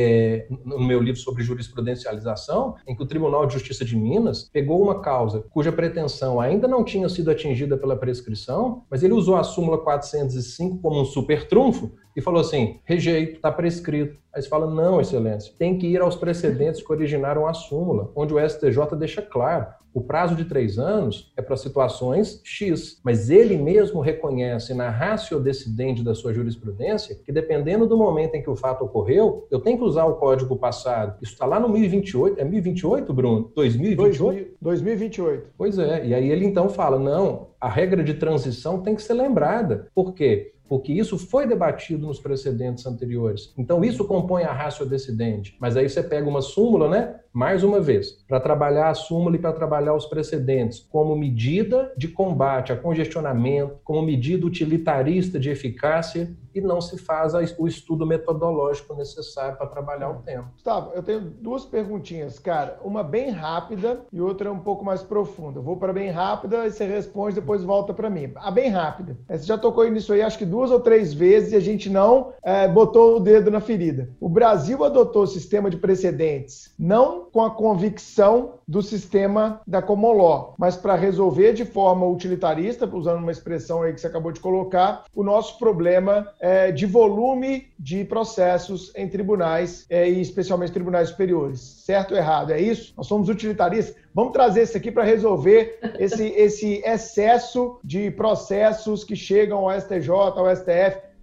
no meu livro sobre jurisprudencialização, em que o Tribunal de Justiça de Minas pegou uma causa cuja pretensão ainda não tinha sido atingida pela prescrição, mas ele usou a súmula 405 como um super trunfo e falou assim, rejeito, está prescrito. Aí você fala, não, excelência, tem que ir aos precedentes que originaram a súmula, onde o STJ deixa claro, o prazo de 3 anos é para situações X, mas ele mesmo reconhece na ratio decidente da sua jurisprudência que dependendo do momento em que o fato ocorreu, eu tenho que usar o código passado. Isso está lá no 1028, é 1028, Bruno? 2028? 2028. Pois é, e aí ele então fala, não, a regra de transição tem que ser lembrada. Por quê? Porque isso foi debatido nos precedentes anteriores. Então, isso compõe a ratio decidente. Mas aí você pega uma súmula, né? Mais uma vez, para trabalhar a súmula e para trabalhar os precedentes como medida de combate a congestionamento, como medida utilitarista de eficácia, e não se faz o estudo metodológico necessário para trabalhar o tema. Gustavo, eu tenho 2 perguntinhas, cara. Uma bem rápida e outra um pouco mais profunda. Eu vou para bem rápida e você responde, depois volta para mim. A bem rápida. Você já tocou nisso aí, acho que 2 ou 3 vezes e a gente não botou o dedo na ferida. O Brasil adotou o sistema de precedentes, não com a convicção do sistema da common law, mas para resolver de forma utilitarista, usando uma expressão aí que você acabou de colocar, o nosso problema de volume de processos em tribunais, e especialmente tribunais superiores. Certo ou errado? É isso? Nós somos utilitaristas? Vamos trazer isso aqui para resolver esse excesso de processos que chegam ao STJ, ao STF.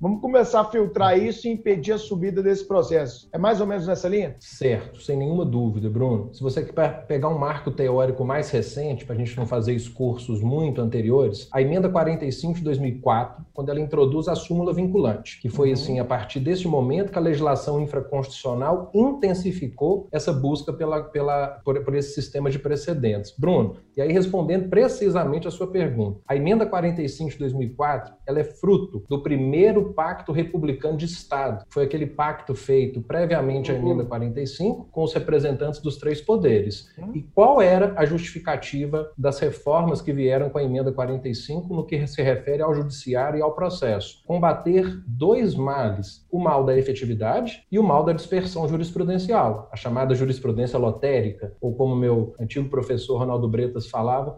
Vamos começar a filtrar isso e impedir a subida desse processo. É mais ou menos nessa linha? Certo, sem nenhuma dúvida, Bruno. Se você quer pegar um marco teórico mais recente, para a gente não fazer discursos muito anteriores, a emenda 45 de 2004, quando ela introduz a súmula vinculante, que foi assim, a partir desse momento que a legislação infraconstitucional intensificou essa busca por esse sistema de precedentes. Bruno, e aí respondendo precisamente a sua pergunta, a emenda 45 de 2004, ela é fruto do primeiro Pacto Republicano de Estado. Foi aquele pacto feito previamente à emenda 45 com os representantes dos três poderes. E qual era a justificativa das reformas que vieram com a emenda 45 no que se refere ao judiciário e ao processo? Combater dois males, o mal da efetividade e o mal da dispersão jurisprudencial, a chamada jurisprudência lotérica, ou como meu antigo professor Ronaldo Bretas falava,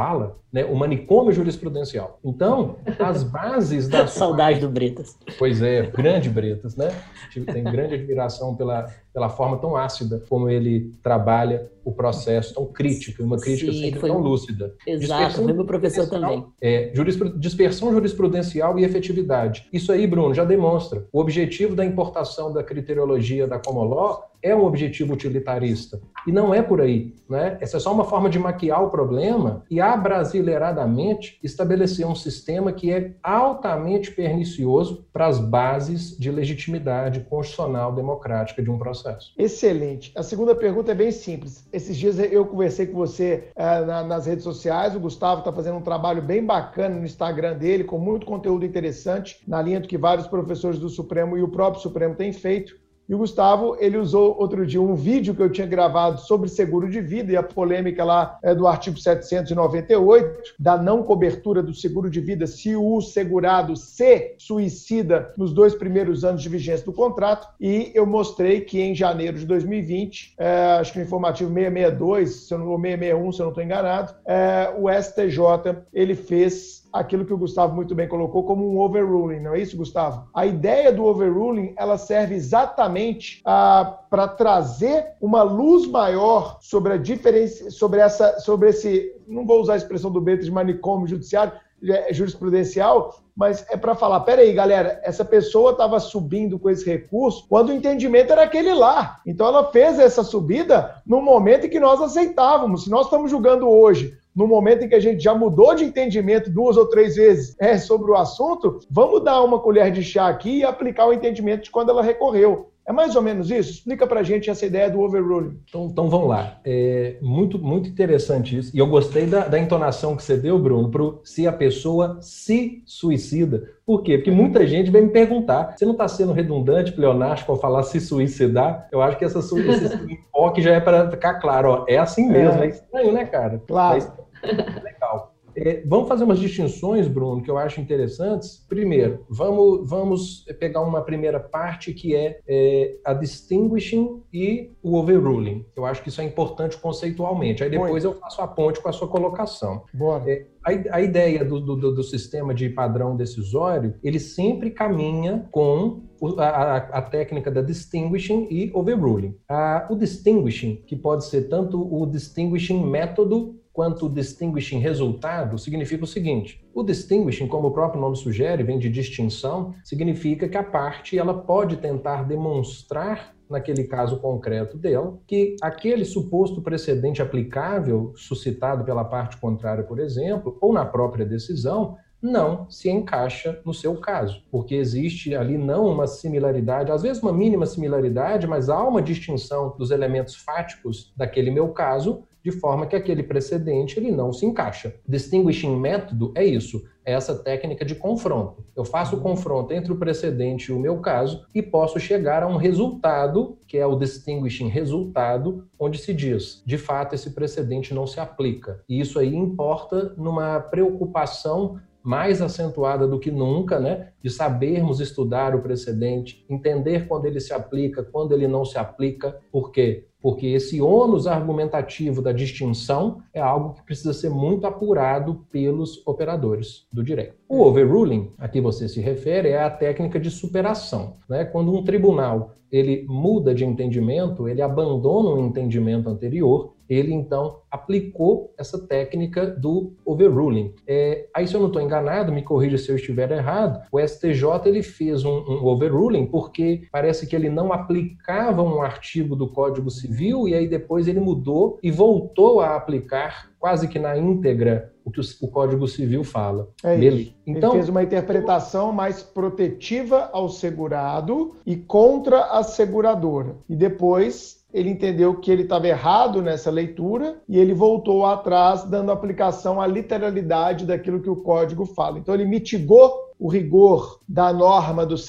o manicômio jurisprudencial. Então, as bases da... Saudade do Bretas. Pois é, grande Bretas, né? Tenho grande admiração pela forma tão ácida como ele trabalha o processo, tão crítico, uma crítica sempre tão lúcida. Exato, foi meu professor também. Dispersão jurisprudencial e efetividade. Isso aí, Bruno, já demonstra. O objetivo da importação da criteriologia da Common Law é um objetivo utilitarista. E não é por aí, né? Essa é só uma forma de maquiar o problema e abrasileiradamente estabelecer um sistema que é altamente pernicioso para as bases de legitimidade constitucional democrática de um processo. Excelente. A segunda pergunta é bem simples. Esses dias eu conversei com você nas redes sociais, o Gustavo está fazendo um trabalho bem bacana no Instagram dele, com muito conteúdo interessante, na linha do que vários professores do Supremo e o próprio Supremo têm feito. E o Gustavo, ele usou outro dia um vídeo que eu tinha gravado sobre seguro de vida e a polêmica lá do artigo 798, da não cobertura do seguro de vida se o segurado se suicida nos 2 primeiros anos de vigência do contrato. E eu mostrei que em janeiro de 2020, acho que no informativo 662, ou 661, se eu não estou enganado, o STJ, ele fez aquilo que o Gustavo muito bem colocou como um overruling, não é isso, Gustavo? A ideia do overruling, ela serve exatamente para trazer uma luz maior sobre a diferença, sobre esse, não vou usar a expressão do Bretas de manicômio judiciário, jurisprudencial, mas é para falar, peraí, galera, essa pessoa estava subindo com esse recurso quando o entendimento era aquele lá. Então ela fez essa subida no momento em que nós aceitávamos. Se nós estamos julgando hoje, no momento em que a gente já mudou de entendimento 2 ou 3 vezes sobre o assunto, vamos dar uma colher de chá aqui e aplicar o entendimento de quando ela recorreu. É mais ou menos isso? Explica pra gente essa ideia do overruling. Então vamos lá. É muito interessante isso. E eu gostei da entonação que você deu, Bruno, pro se a pessoa se suicida. Por quê? Porque muita gente vem me perguntar, você não está sendo redundante, pleonástico, ao falar se suicidar? Eu acho que esse enfoque já é para ficar claro. Ó, é assim mesmo, é estranho, né, cara? Claro. Mas, legal. Vamos fazer umas distinções, Bruno, que eu acho interessantes. Primeiro, vamos pegar uma primeira parte que é a distinguishing e o overruling. Eu acho que isso é importante conceitualmente. Aí depois eu faço a ponte com a sua colocação. Bora. A ideia do sistema de padrão decisório, ele sempre caminha com a técnica da distinguishing e overruling. O distinguishing, que pode ser tanto o distinguishing método quanto o distinguishing resultado, significa o seguinte: o distinguishing, como o próprio nome sugere, vem de distinção, significa que a parte ela pode tentar demonstrar, naquele caso concreto dela, que aquele suposto precedente aplicável suscitado pela parte contrária, por exemplo, ou na própria decisão, não se encaixa no seu caso, porque existe ali não uma similaridade, às vezes uma mínima similaridade, mas há uma distinção dos elementos fáticos daquele meu caso, de forma que aquele precedente ele não se encaixa. Distinguishing método é isso, é essa técnica de confronto. Eu faço o confronto entre o precedente e o meu caso e posso chegar a um resultado, que é o distinguishing resultado, onde se diz, de fato, esse precedente não se aplica. E isso aí importa numa preocupação mais acentuada do que nunca, né, de sabermos estudar o precedente, entender quando ele se aplica, quando ele não se aplica. Por quê? Porque esse ônus argumentativo da distinção é algo que precisa ser muito apurado pelos operadores do direito. O overruling, a que você se refere, é a técnica de superação, né? Quando um tribunal ele muda de entendimento, ele abandona um entendimento anterior, ele então aplicou essa técnica do overruling. Aí, se eu não estou enganado, me corrija se eu estiver errado, o STJ ele fez um overruling porque parece que ele não aplicava um artigo do Código Civil e aí depois ele mudou e voltou a aplicar quase que na íntegra o que o Código Civil fala. Isso. Então, ele fez uma interpretação mais protetiva ao segurado e contra a seguradora. E depois ele entendeu que ele estava errado nessa leitura e ele voltou atrás, dando aplicação à literalidade daquilo que o código fala. Então ele mitigou o rigor da norma do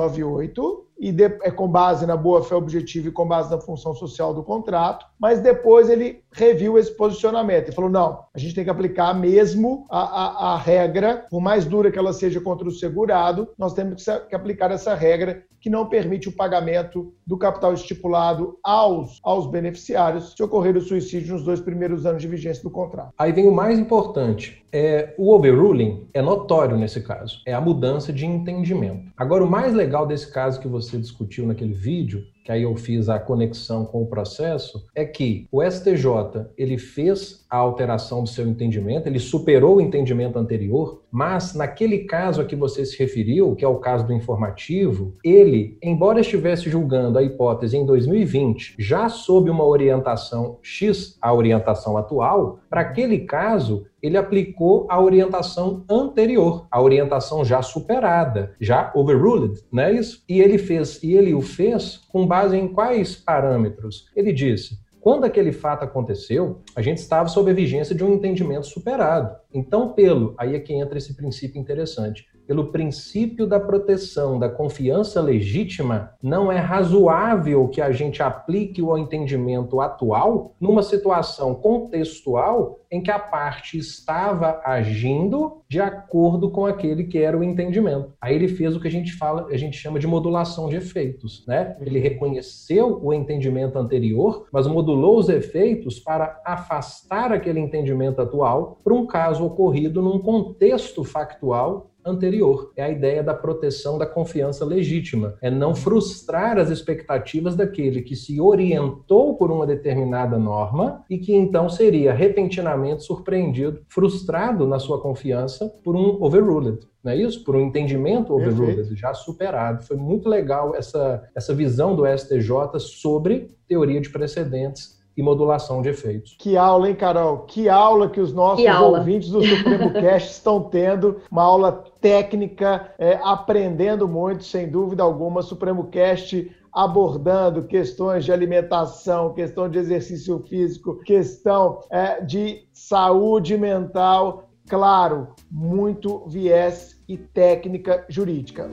798 e com base na boa-fé objetiva e com base na função social do contrato, mas depois ele reviu esse posicionamento e falou, não, a gente tem que aplicar mesmo a regra, por mais dura que ela seja contra o segurado, nós temos que aplicar essa regra que não permite o pagamento do capital estipulado aos beneficiários se ocorrer o suicídio nos 2 primeiros anos de vigência do contrato. Aí vem o mais importante. O overruling é notório nesse caso. É a mudança de entendimento. Agora, o mais legal desse caso que você discutiu naquele vídeo, que aí eu fiz a conexão com o processo, é que o STJ ele fez a alteração do seu entendimento, ele superou o entendimento anterior, mas naquele caso a que você se referiu, que é o caso do informativo, ele, embora estivesse julgando a hipótese em 2020, já sob uma orientação X, a orientação atual, para aquele caso, ele aplicou a orientação anterior, a orientação já superada, já overruled, não é isso? E ele o fez com base em quais parâmetros? Ele disse, quando aquele fato aconteceu, a gente estava sob a vigência de um entendimento superado. Então, aí é que entra esse princípio interessante. Pelo princípio da proteção, da confiança legítima, não é razoável que a gente aplique o entendimento atual numa situação contextual em que a parte estava agindo de acordo com aquele que era o entendimento. Aí ele fez o que a gente chama de modulação de efeitos, né? Ele reconheceu o entendimento anterior, mas modulou os efeitos para afastar aquele entendimento atual para um caso ocorrido num contexto factual anterior. É a ideia da proteção da confiança legítima. É não frustrar as expectativas daquele que se orientou por uma determinada norma e que então seria repentinamente surpreendido, frustrado na sua confiança por um overruled. Não é isso? Por um entendimento overruled, já superado. Foi muito legal essa visão do STJ sobre teoria de precedentes e modulação de efeitos. Que aula, hein, Carol? Que aula que os nossos ouvintes do Supremo Cast estão tendo. Uma aula técnica, aprendendo muito, sem dúvida alguma. Supremo Cast abordando questões de alimentação, questão de exercício físico, questão de saúde mental. Claro, muito viés e técnica jurídica.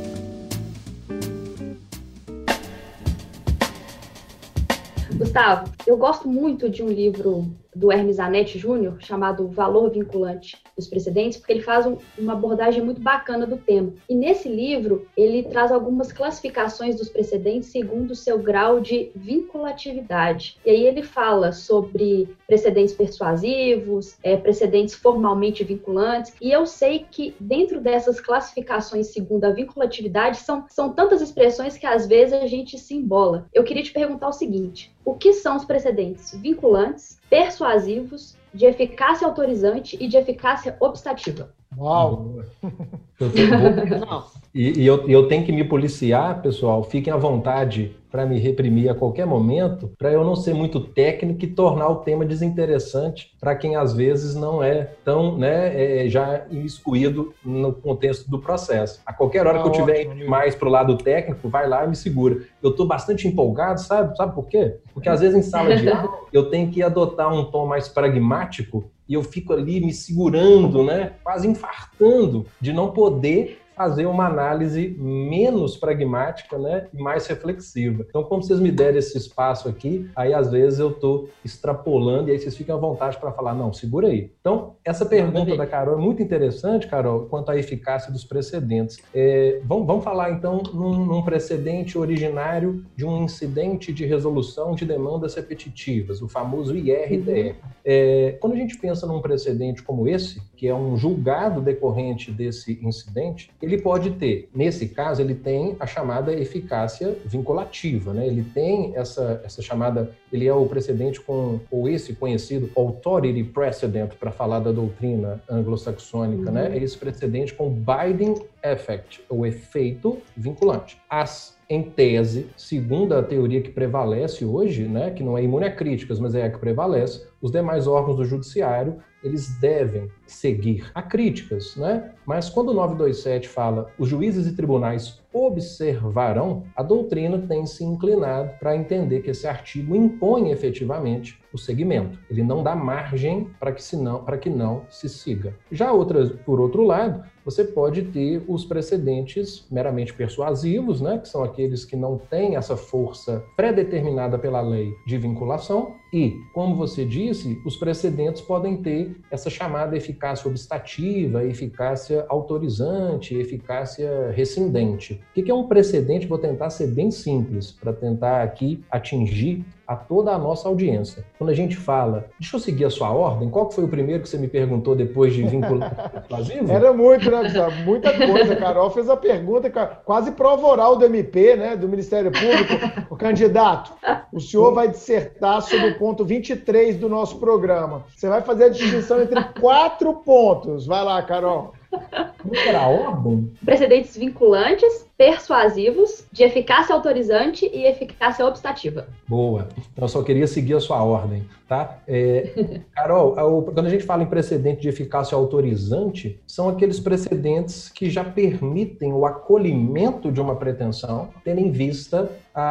Gustavo, eu gosto muito de um livro do Hermes Zanetti Júnior, chamado Valor Vinculante dos Precedentes, porque ele faz uma abordagem muito bacana do tema. E nesse livro, ele traz algumas classificações dos precedentes segundo o seu grau de vinculatividade. E aí ele fala sobre precedentes persuasivos, precedentes formalmente vinculantes, e eu sei que dentro dessas classificações segundo a vinculatividade são tantas expressões que às vezes a gente se embola. Eu queria te perguntar o seguinte: o que são os precedentes vinculantes, persuasivos, de eficácia autorizante e de eficácia obstativa? Uau! Eu tenho que me policiar, pessoal. Fiquem à vontade para me reprimir a qualquer momento, para eu não ser muito técnico e tornar o tema desinteressante para quem às vezes não é tão já imiscuído no contexto do processo. A qualquer hora que eu tiver indo mais para o lado técnico, vai lá e me segura. Eu estou bastante empolgado, sabe por quê? Porque às vezes em sala de aula eu tenho que adotar um tom mais pragmático e eu fico ali me segurando, quase infartando de não poder fazer uma análise menos pragmática, né, e mais reflexiva. Então, como vocês me deram esse espaço aqui, aí às vezes eu estou extrapolando e aí vocês ficam à vontade para falar, não, segura aí. Então, essa pergunta da Carol é muito interessante, Carol, quanto à eficácia dos precedentes. Vamos falar, então, num precedente originário de um incidente de resolução de demandas repetitivas, o famoso IRDR. Quando a gente pensa num precedente como esse, que é um julgado decorrente desse incidente, ele pode ter, nesse caso, ele tem a chamada eficácia vinculativa, né? Ele tem essa chamada, ele é o precedente ou esse conhecido authority precedent, para falar da doutrina anglo-saxônica, né? É esse precedente com binding effect, o efeito vinculante. Em tese, segundo a teoria que prevalece hoje, né, que não é imune a críticas, mas é a que prevalece, os demais órgãos do judiciário, eles devem seguir a críticas, né? Mas quando o 927 fala os juízes e tribunais observarão, a doutrina tem se inclinado para entender que esse artigo impõe efetivamente o seguimento. Ele não dá margem para que não se siga. Já por outro lado, você pode ter os precedentes meramente persuasivos, né, que são aqueles que não têm essa força pré-determinada pela lei de vinculação e, como você disse, os precedentes podem ter essa chamada eficácia obstativa, eficácia autorizante, eficácia rescindente. O que é um precedente? Vou tentar ser bem simples para tentar aqui atingir a toda a nossa audiência. Quando a gente fala, deixa eu seguir a sua ordem, qual que foi o primeiro que você me perguntou depois de vincular persuasivo? Era muito, né, Gustavo? Muita coisa. A Carol fez a pergunta, quase prova oral do MP, né, do Ministério Público. O candidato, o senhor vai dissertar sobre o ponto 23 do nosso programa. Você vai fazer a distinção entre 4 pontos. Vai lá, Carol. Para ordem? Precedentes vinculantes, persuasivos, de eficácia autorizante e eficácia obstativa. Boa. Eu só queria seguir a sua ordem, tá? Carol, quando a gente fala em precedente de eficácia autorizante, são aqueles precedentes que já permitem o acolhimento de uma pretensão, tendo em vista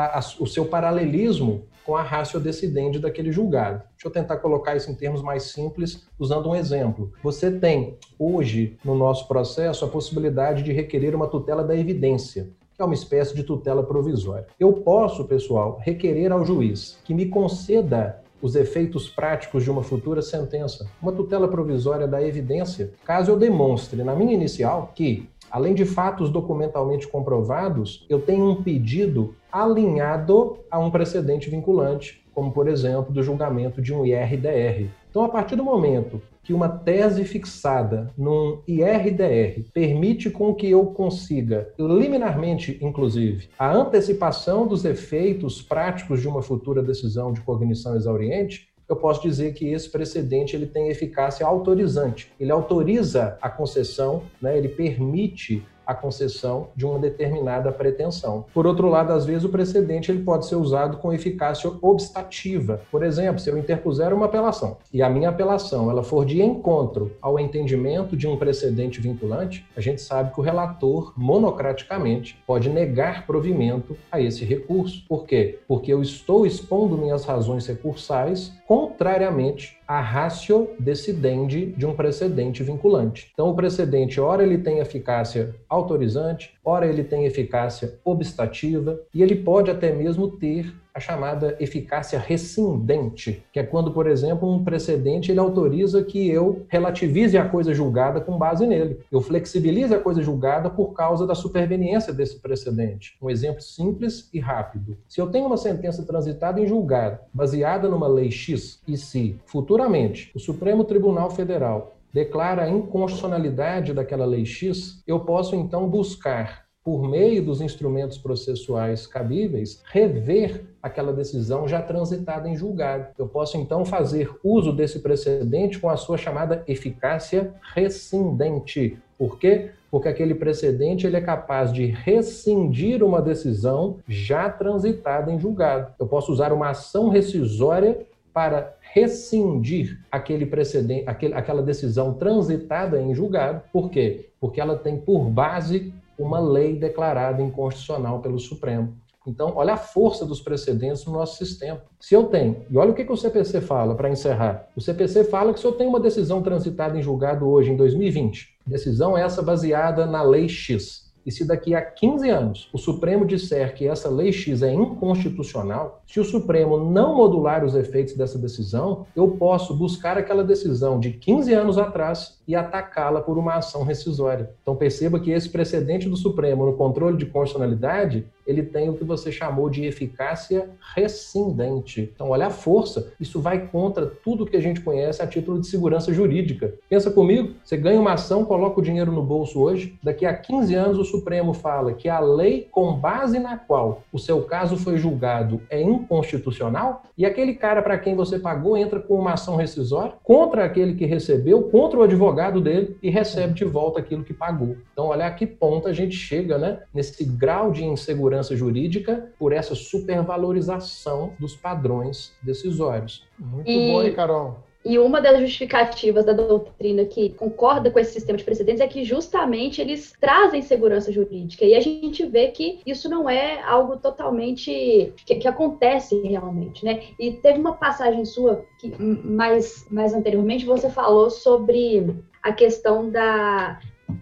o seu paralelismo com a ratio decidendi daquele julgado. Deixa eu tentar colocar isso em termos mais simples, usando um exemplo. Você tem, hoje, no nosso processo, a possibilidade de requerer uma tutela da evidência, que é uma espécie de tutela provisória. Eu posso, pessoal, requerer ao juiz que me conceda os efeitos práticos de uma futura sentença, uma tutela provisória da evidência, caso eu demonstre na minha inicial que, além de fatos documentalmente comprovados, eu tenho um pedido alinhado a um precedente vinculante, como, por exemplo, do julgamento de um IRDR. Então, a partir do momento que uma tese fixada num IRDR permite com que eu consiga, liminarmente, inclusive, a antecipação dos efeitos práticos de uma futura decisão de cognição exauriente, eu posso dizer que esse precedente ele tem eficácia autorizante. Ele autoriza a concessão, né, ele permite a concessão de uma determinada pretensão. Por outro lado, às vezes o precedente ele pode ser usado com eficácia obstativa. Por exemplo, se eu interpuser uma apelação e a minha apelação ela for de encontro ao entendimento de um precedente vinculante, a gente sabe que o relator, monocraticamente, pode negar provimento a esse recurso. Por quê? Porque eu estou expondo minhas razões recursais contrariamente à ratio decidendi de um precedente vinculante. Então, o precedente, ora ele tem eficácia autorizante, ora ele tem eficácia obstativa, e ele pode até mesmo ter a chamada eficácia rescindente, que é quando, por exemplo, um precedente ele autoriza que eu relativize a coisa julgada com base nele. Eu flexibilize a coisa julgada por causa da superveniência desse precedente. Um exemplo simples e rápido. Se eu tenho uma sentença transitada em julgado baseada numa lei X, e se futuramente o Supremo Tribunal Federal declara a inconstitucionalidade daquela lei X, eu posso então buscar, por meio dos instrumentos processuais cabíveis, rever aquela decisão já transitada em julgado. Eu posso, então, fazer uso desse precedente com a sua chamada eficácia rescindente. Por quê? Porque aquele precedente ele é capaz de rescindir uma decisão já transitada em julgado. Eu posso usar uma ação rescisória para rescindir aquele precedente, aquela decisão transitada em julgado. Por quê? Porque ela tem por base uma lei declarada inconstitucional pelo Supremo. Então, olha a força dos precedentes no nosso sistema. Se eu tenho, e olha o que o CPC fala para encerrar. O CPC fala que se eu tenho uma decisão transitada em julgado hoje, em 2020, Decisão essa baseada na Lei X. E se daqui a 15 anos o Supremo disser que essa Lei X é inconstitucional, se o Supremo não modular os efeitos dessa decisão, eu posso buscar aquela decisão de 15 anos atrás e atacá-la por uma ação rescisória. Então perceba que esse precedente do Supremo no controle de constitucionalidade, ele tem o que você chamou de eficácia rescindente. Então olha a força, isso vai contra tudo que a gente conhece a título de segurança jurídica. Pensa comigo, você ganha uma ação, coloca o dinheiro no bolso hoje, daqui a 15 anos o Supremo fala que a lei com base na qual o seu caso foi julgado é inconstitucional, e aquele cara para quem você pagou entra com uma ação rescisória contra aquele que recebeu, contra o advogado dele, e recebe de volta aquilo que pagou. Então olha a que ponto a gente chega, né, nesse grau de insegurança jurídica por essa supervalorização dos padrões decisórios. Muito bom, hein, Carol? E uma das justificativas da doutrina que concorda com esse sistema de precedentes é que justamente eles trazem segurança jurídica. E a gente vê que isso não é algo totalmente que acontece realmente, né? E teve uma passagem sua que mais anteriormente você falou sobre a questão da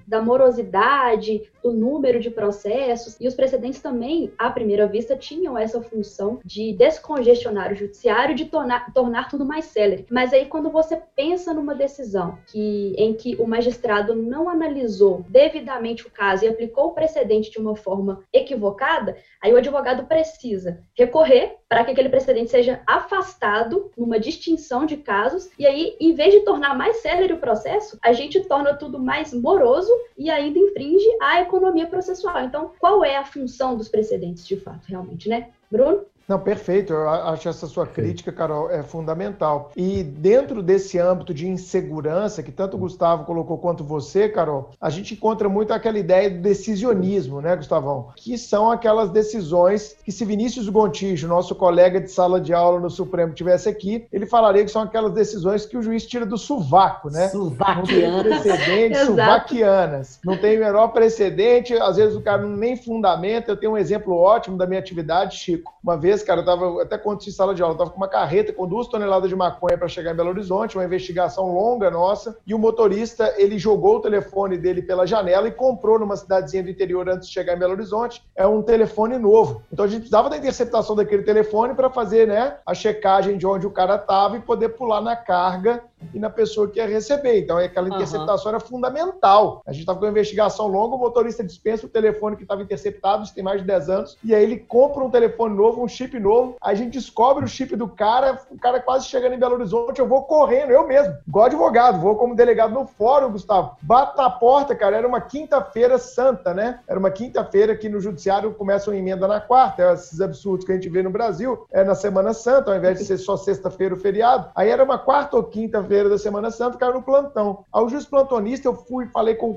morosidade, do número de processos, e os precedentes também, à primeira vista, tinham essa função de descongestionar o judiciário, de tornar tudo mais célere. Mas aí, quando você pensa numa decisão em que o magistrado não analisou devidamente o caso e aplicou o precedente de uma forma equivocada, aí o advogado precisa recorrer para que aquele precedente seja afastado numa distinção de casos, e aí, em vez de tornar mais célere o processo, a gente torna tudo mais moroso e ainda infringe a economia processual. Então, qual é a função dos precedentes, de fato, realmente, né? Bruno? Não, perfeito. Eu acho essa sua crítica, Carol, é fundamental. E dentro desse âmbito de insegurança, que tanto o Gustavo colocou quanto você, Carol, a gente encontra muito aquela ideia do decisionismo, né, Gustavão? Que são aquelas decisões que, se Vinícius Gontijo, nosso colega de sala de aula no Supremo, tivesse aqui, ele falaria que são aquelas decisões que o juiz tira do sovaco, né? Suvaquianas. Suvaquianas. Não tem o menor precedente, às vezes o cara nem fundamenta. Eu tenho um exemplo ótimo da minha atividade, Chico. Uma vez, cara, eu tava, até quando em sala de aula, eu tava com uma carreta com 2 toneladas de maconha para chegar em Belo Horizonte, uma investigação longa nossa, e o motorista, ele jogou o telefone dele pela janela e comprou numa cidadezinha do interior antes de chegar em Belo Horizonte, um telefone novo. Então a gente precisava da interceptação daquele telefone para fazer, né, a checagem de onde o cara tava e poder pular na carga e na pessoa que ia receber. Então aquela interceptação era fundamental. A gente estava com uma investigação longa, o motorista dispensa o telefone que estava interceptado, isso tem mais de 10 anos, e aí ele compra um telefone novo, um chip novo, a gente descobre o chip do cara, o cara quase chegando em Belo Horizonte, eu vou correndo, eu mesmo, igual advogado, vou como delegado no fórum, Gustavo, bato na porta, cara, era uma quinta-feira santa, né? Era uma quinta-feira que no judiciário começa uma emenda na quarta, esses absurdos que a gente vê no Brasil, na Semana Santa, ao invés de ser só sexta-feira o feriado, aí era uma quarta ou quinta-feira da Semana Santa, caiu no plantão. Ao juiz plantonista, eu fui, falei com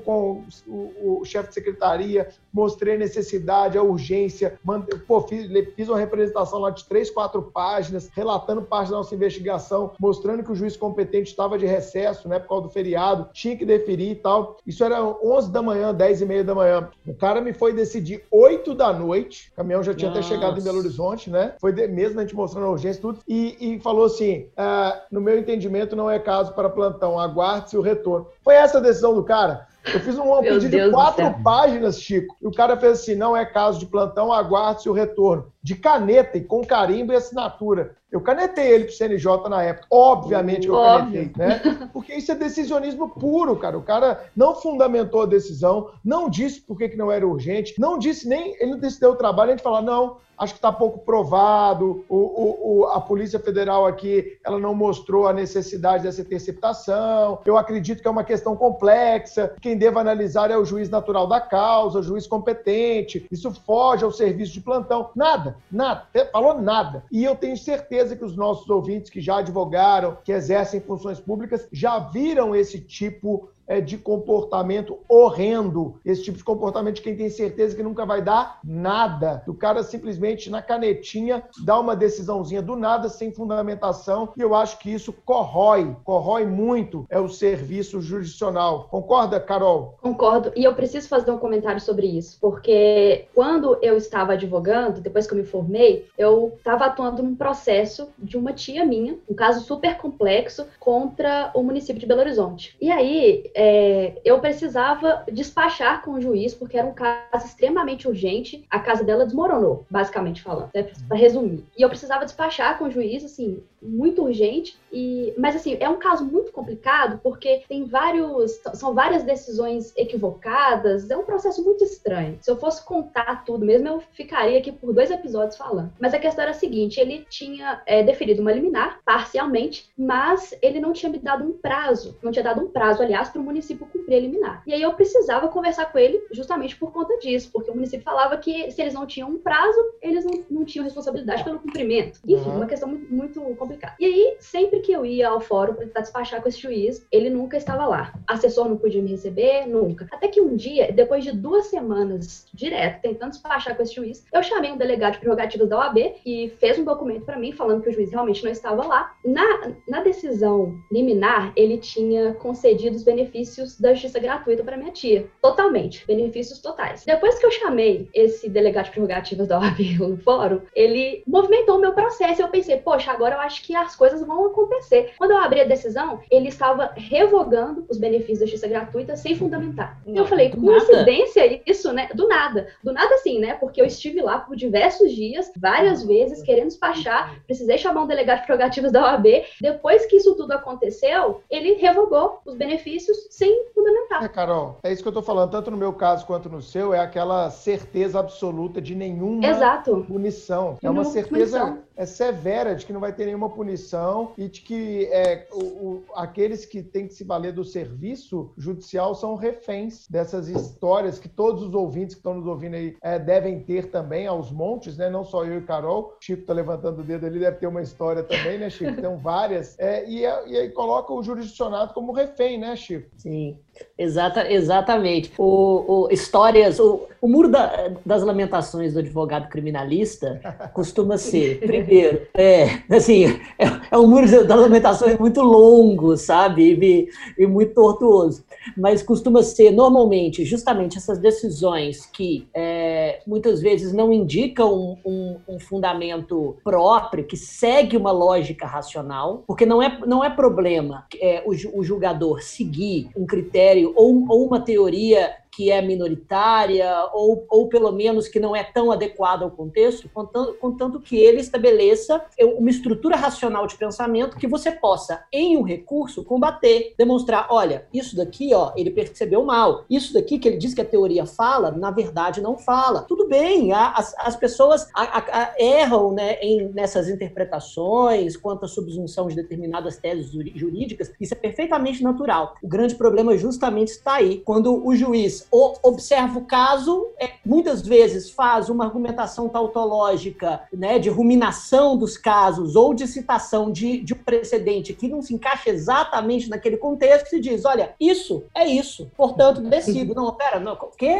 o chefe de secretaria, mostrei a necessidade, a urgência, fiz uma representação lá de 3, 4 páginas, relatando parte da nossa investigação, mostrando que o juiz competente estava de recesso, né, por causa do feriado, tinha que deferir e tal. Isso era 11 da manhã, 10 e meia da manhã. O cara me foi decidir 8 da noite, o caminhão já tinha até chegado em Belo Horizonte, né? Foi mesmo a gente mostrando a urgência e tudo, e falou assim, no meu entendimento não é caso para plantão, aguarde-se o retorno. Foi essa a decisão do cara? Eu fiz um pedido de 4 páginas, Chico, e o cara fez assim, não é caso de plantão, aguarde-se o retorno. De caneta e com carimbo e assinatura. Eu canetei ele pro CNJ na época. Obviamente que eu canetei, né? Porque isso é decisionismo puro, cara. O cara não fundamentou a decisão, não disse por que não era urgente, não disse nem, ele não decideu o trabalho, a gente fala, não, acho que está pouco provado, a Polícia Federal aqui, ela não mostrou a necessidade dessa interceptação, eu acredito que é uma questão complexa, quem deve analisar é o juiz natural da causa, o juiz competente, isso foge ao serviço de plantão. Nada, falou nada. E eu tenho certeza que os nossos ouvintes que já advogaram, que exercem funções públicas, já viram esse tipo de comportamento horrendo, esse tipo de comportamento de quem tem certeza que nunca vai dar nada, do cara simplesmente na canetinha dá uma decisãozinha do nada, sem fundamentação, e eu acho que isso corrói muito o serviço jurisdicional. Concorda, Carol? Concordo, e eu preciso fazer um comentário sobre isso, porque quando eu estava advogando, depois que eu me formei, eu estava atuando num processo de uma tia minha, um caso super complexo, contra o município de Belo Horizonte. E aí, eu precisava despachar com o juiz, porque era um caso extremamente urgente. A casa dela desmoronou, basicamente falando, né, para resumir. E eu precisava despachar com o juiz, assim, muito urgente. Mas, assim, é um caso muito complicado, porque são várias decisões equivocadas. É um processo muito estranho. Se eu fosse contar tudo mesmo, eu ficaria aqui por 2 episódios falando. Mas a questão era a seguinte, ele tinha deferido uma liminar, parcialmente, mas ele não tinha me dado um prazo. Não tinha dado um prazo, aliás, para o município cumprir a liminar. E aí eu precisava conversar com ele justamente por conta disso, porque o município falava que se eles não tinham um prazo, eles não tinham responsabilidade pelo cumprimento. Enfim, uma questão muito, muito complicada. E aí, sempre que eu ia ao fórum para tentar despachar com esse juiz, ele nunca estava lá. Assessor não podia me receber, nunca. Até que um dia, depois de 2 semanas direto tentando despachar com esse juiz, eu chamei um delegado de prerrogativas da OAB e fez um documento para mim falando que o juiz realmente não estava lá. Na decisão liminar, ele tinha concedido os benefícios da justiça gratuita para minha tia. Totalmente. Benefícios totais. Depois que eu chamei esse delegado de prerrogativas da OAB no fórum, ele movimentou o meu processo e eu pensei, poxa, agora eu acho que as coisas vão acontecer. Quando eu abri a decisão, ele estava revogando os benefícios da justiça gratuita sem fundamentar. E eu falei, coincidência isso, né? Do nada. Do nada assim, né? Porque eu estive lá por diversos dias, várias vezes, querendo despachar, precisei chamar um delegado de prerrogativas da OAB. Depois que isso tudo aconteceu, ele revogou os benefícios sem fundamentar. Carol, é isso que eu tô falando, tanto no meu caso quanto no seu, é aquela certeza absoluta de nenhuma punição. É uma certeza severa de que não vai ter nenhuma punição e de que aqueles que têm que se valer do serviço judicial são reféns dessas histórias que todos os ouvintes que estão nos ouvindo aí devem ter também aos montes, né? Não só eu e Carol. Chico tá levantando o dedo ali, deve ter uma história também, né, Chico? Tem várias. E aí coloca o jurisdicionado como refém, né, Chico? Sim. Exatamente. Histórias, o muro das lamentações do advogado criminalista costuma ser, primeiro, é um muro das lamentações muito longo, sabe? E muito tortuoso. Mas costuma ser, normalmente, justamente essas decisões que muitas vezes não indicam um fundamento próprio, que segue uma lógica racional, porque não é problema o julgador seguir um critério ou uma teoria que é minoritária ou pelo menos que não é tão adequada ao contexto, contanto que ele estabeleça uma estrutura racional de pensamento que você possa, em um recurso, combater, demonstrar, olha, isso daqui, ele percebeu mal, isso daqui que ele diz que a teoria fala, na verdade não fala. Tudo bem, as pessoas erram, né, nessas interpretações quanto à subsunção de determinadas teses jurídicas, isso é perfeitamente natural. O grande problema justamente está aí, quando o juiz observa o caso, muitas vezes faz uma argumentação tautológica, né, de ruminação dos casos ou de citação de um precedente que não se encaixa exatamente naquele contexto e diz, olha, isso é isso, portanto, decido. Não, pera, não, o quê?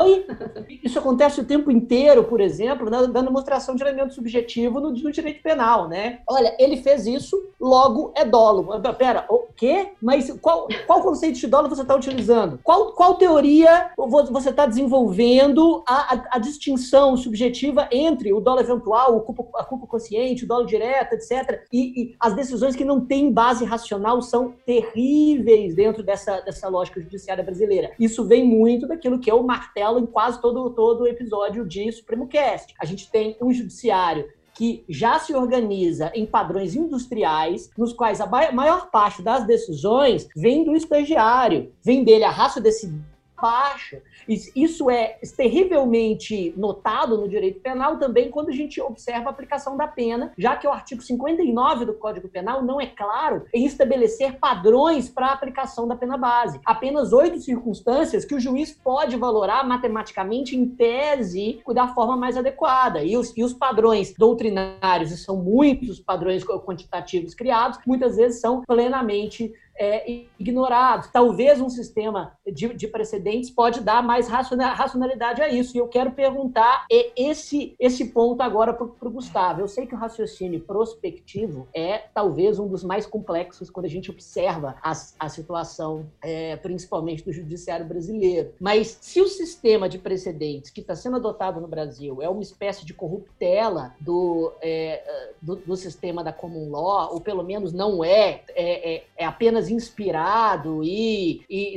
Isso acontece o tempo inteiro, por exemplo, na demonstração de elemento subjetivo no direito penal, né? Olha, ele fez isso, logo é dolo. Pera, o quê? Mas qual conceito de dolo você está utilizando? Qual teoria você está desenvolvendo a distinção subjetiva entre o dolo eventual, a culpa consciente, o dolo direto, etc. E as decisões que não têm base racional são terríveis dentro dessa lógica judiciária brasileira. Isso vem muito daquilo que é o martelo em quase todo episódio de Supremo Cast. A gente tem um judiciário que já se organiza em padrões industriais, nos quais a maior parte das decisões vem do estagiário, vem dele a raça desse baixo. Isso é terrivelmente notado no direito penal também quando a gente observa a aplicação da pena, já que o artigo 59 do Código Penal não é claro em estabelecer padrões para a aplicação da pena base. Apenas 8 circunstâncias que o juiz pode valorar matematicamente em tese da forma mais adequada. E os padrões doutrinários, e são muitos padrões quantitativos criados, muitas vezes são plenamente ignorados. Talvez um sistema de precedentes pode dar mais racionalidade a isso. E eu quero perguntar esse ponto agora para o Gustavo. Eu sei que o raciocínio prospectivo é talvez um dos mais complexos quando a gente observa a situação, principalmente do judiciário brasileiro. Mas se o sistema de precedentes que está sendo adotado no Brasil é uma espécie de corruptela do sistema da common law, ou pelo menos não é apenas apenas inspirado e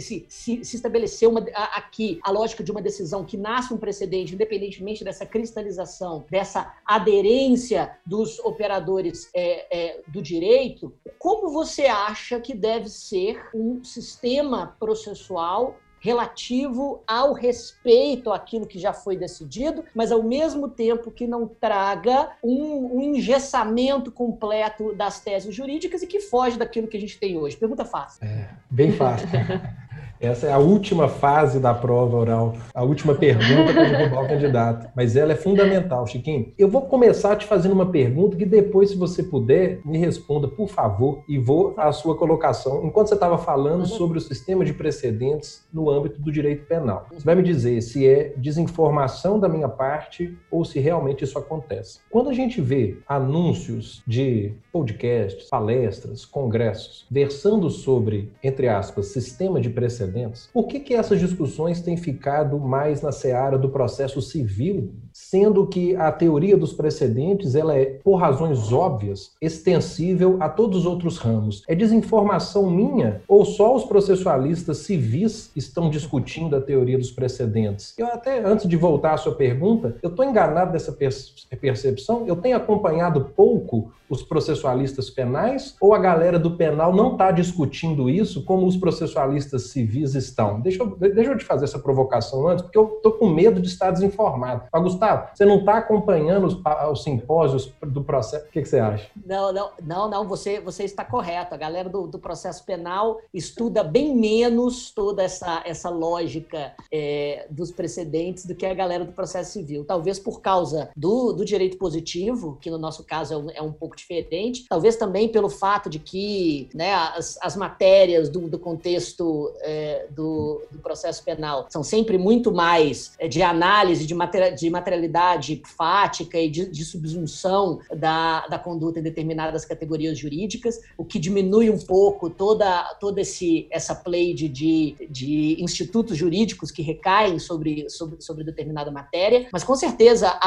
se estabeleceu aqui a lógica de uma decisão que nasce um precedente, independentemente dessa cristalização, dessa aderência dos operadores do direito, como você acha que deve ser um sistema processual relativo ao respeito àquilo que já foi decidido, mas ao mesmo tempo que não traga um engessamento completo das teses jurídicas e que foge daquilo que a gente tem hoje? Pergunta fácil. Bem fácil. Essa é a última fase da prova oral, a última pergunta para derrubar o candidato. Mas ela é fundamental, Chiquinho. Eu vou começar te fazendo uma pergunta que depois, se você puder, me responda, por favor, e vou à sua colocação. Enquanto você estava falando sobre o sistema de precedentes no âmbito do direito penal. Você vai me dizer se é desinformação da minha parte ou se realmente isso acontece. Quando a gente vê anúncios de podcasts, palestras, congressos, versando sobre, entre aspas, sistema de precedentes, por que essas discussões têm ficado mais na seara do processo civil, sendo que a teoria dos precedentes ela é, por razões óbvias, extensível a todos os outros ramos? É desinformação minha ou só os processualistas civis estão discutindo a teoria dos precedentes? Eu até, antes de voltar à sua pergunta, eu estou enganado dessa percepção? Eu tenho acompanhado pouco os processualistas penais ou a galera do penal não está discutindo isso como os processualistas civis estão? Deixa eu te fazer essa provocação antes, porque eu estou com medo de estar desinformado. Mas, Gustavo, você não está acompanhando os simpósios do processo? O que você acha? Não, você está correto. A galera do processo penal estuda bem menos toda essa lógica dos precedentes do que a galera do processo civil. Talvez por causa do direito positivo, que no nosso caso é um pouco diferente, talvez também pelo fato de que, né, as matérias do contexto do processo penal são sempre muito mais de análise de materialidade fática e de subsunção da conduta em determinadas categorias jurídicas, o que diminui um pouco toda essa pleide de institutos jurídicos que recaem sobre determinada matéria, mas com certeza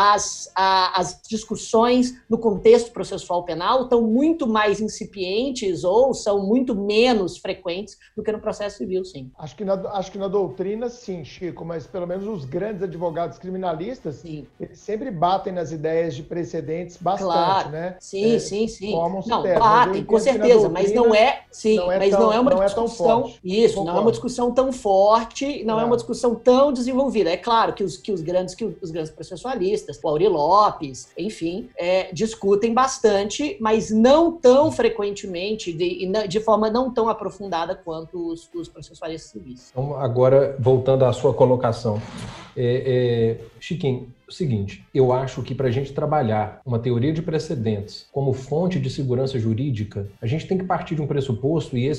as discussões no contexto processual penal estão muito mais incipientes ou são muito menos frequentes do que no processo civil, sim. Acho que na doutrina, sim, Chico, mas pelo menos os grandes advogados criminalistas, sim, eles sempre batem nas ideias de precedentes bastante, claro, né? Sim. Não, batem, com certeza, mas não é, sim, mas não é uma discussão, isso, não é uma discussão tão forte, não é uma discussão tão desenvolvida. É claro que os grandes processualistas, o Auri Lopes, enfim, discutem bastante, mas não tão frequentemente, de forma não tão aprofundada quanto os processualistas civis. Então, agora, voltando à sua colocação, Chiquinho, o seguinte, eu acho que para a gente trabalhar uma teoria de precedentes como fonte de segurança jurídica, a gente tem que partir de um pressuposto, e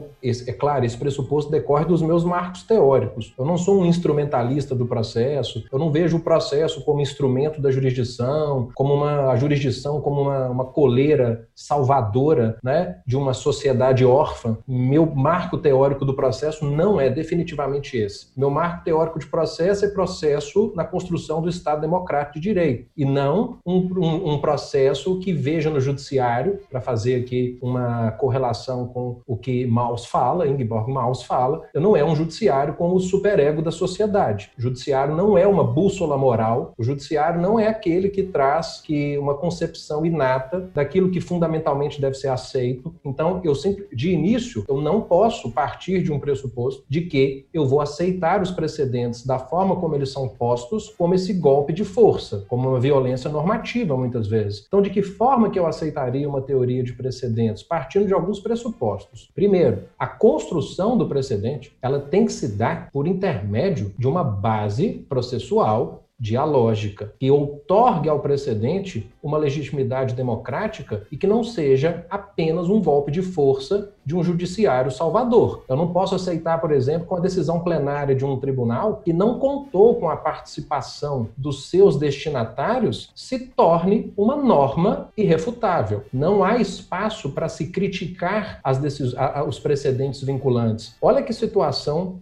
esse pressuposto decorre dos meus marcos teóricos. Eu não sou um instrumentalista do processo, eu não vejo o processo como instrumento da jurisdição, a jurisdição como uma coleira salvadora, né, de uma sociedade órfã. Meu marco teórico do processo não é definitivamente esse. Meu marco teórico de processo é processo na construção do Estado democrático de direito, e não um processo que veja no judiciário, para fazer aqui uma correlação com o que Ingeborg Maus fala, não é um judiciário como o superego da sociedade. O judiciário não é uma bússola moral, o judiciário não é aquele que traz uma concepção inata daquilo que fundamentalmente deve ser aceito. Então, de início, eu não posso partir de um pressuposto de que eu vou aceitar os precedentes da forma como eles são postos, como esse golpe de força, como uma violência normativa, muitas vezes. Então, de que forma que eu aceitaria uma teoria de precedentes? Partindo de alguns pressupostos. Primeiro, a construção do precedente, ela tem que se dar por intermédio de uma base processual dialógica, que outorgue ao precedente uma legitimidade democrática e que não seja apenas um golpe de força de um judiciário salvador. Eu não posso aceitar, por exemplo, com a decisão plenária de um tribunal que não contou com a participação dos seus destinatários se torne uma norma irrefutável. Não há espaço para se criticar os precedentes vinculantes. Olha que situação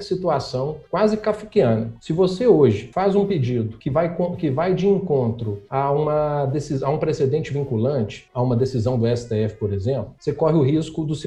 quase kafkiana. Se você hoje faz um pedido que vai de encontro a um precedente vinculante, a uma decisão do STF, por exemplo, você corre o risco do seu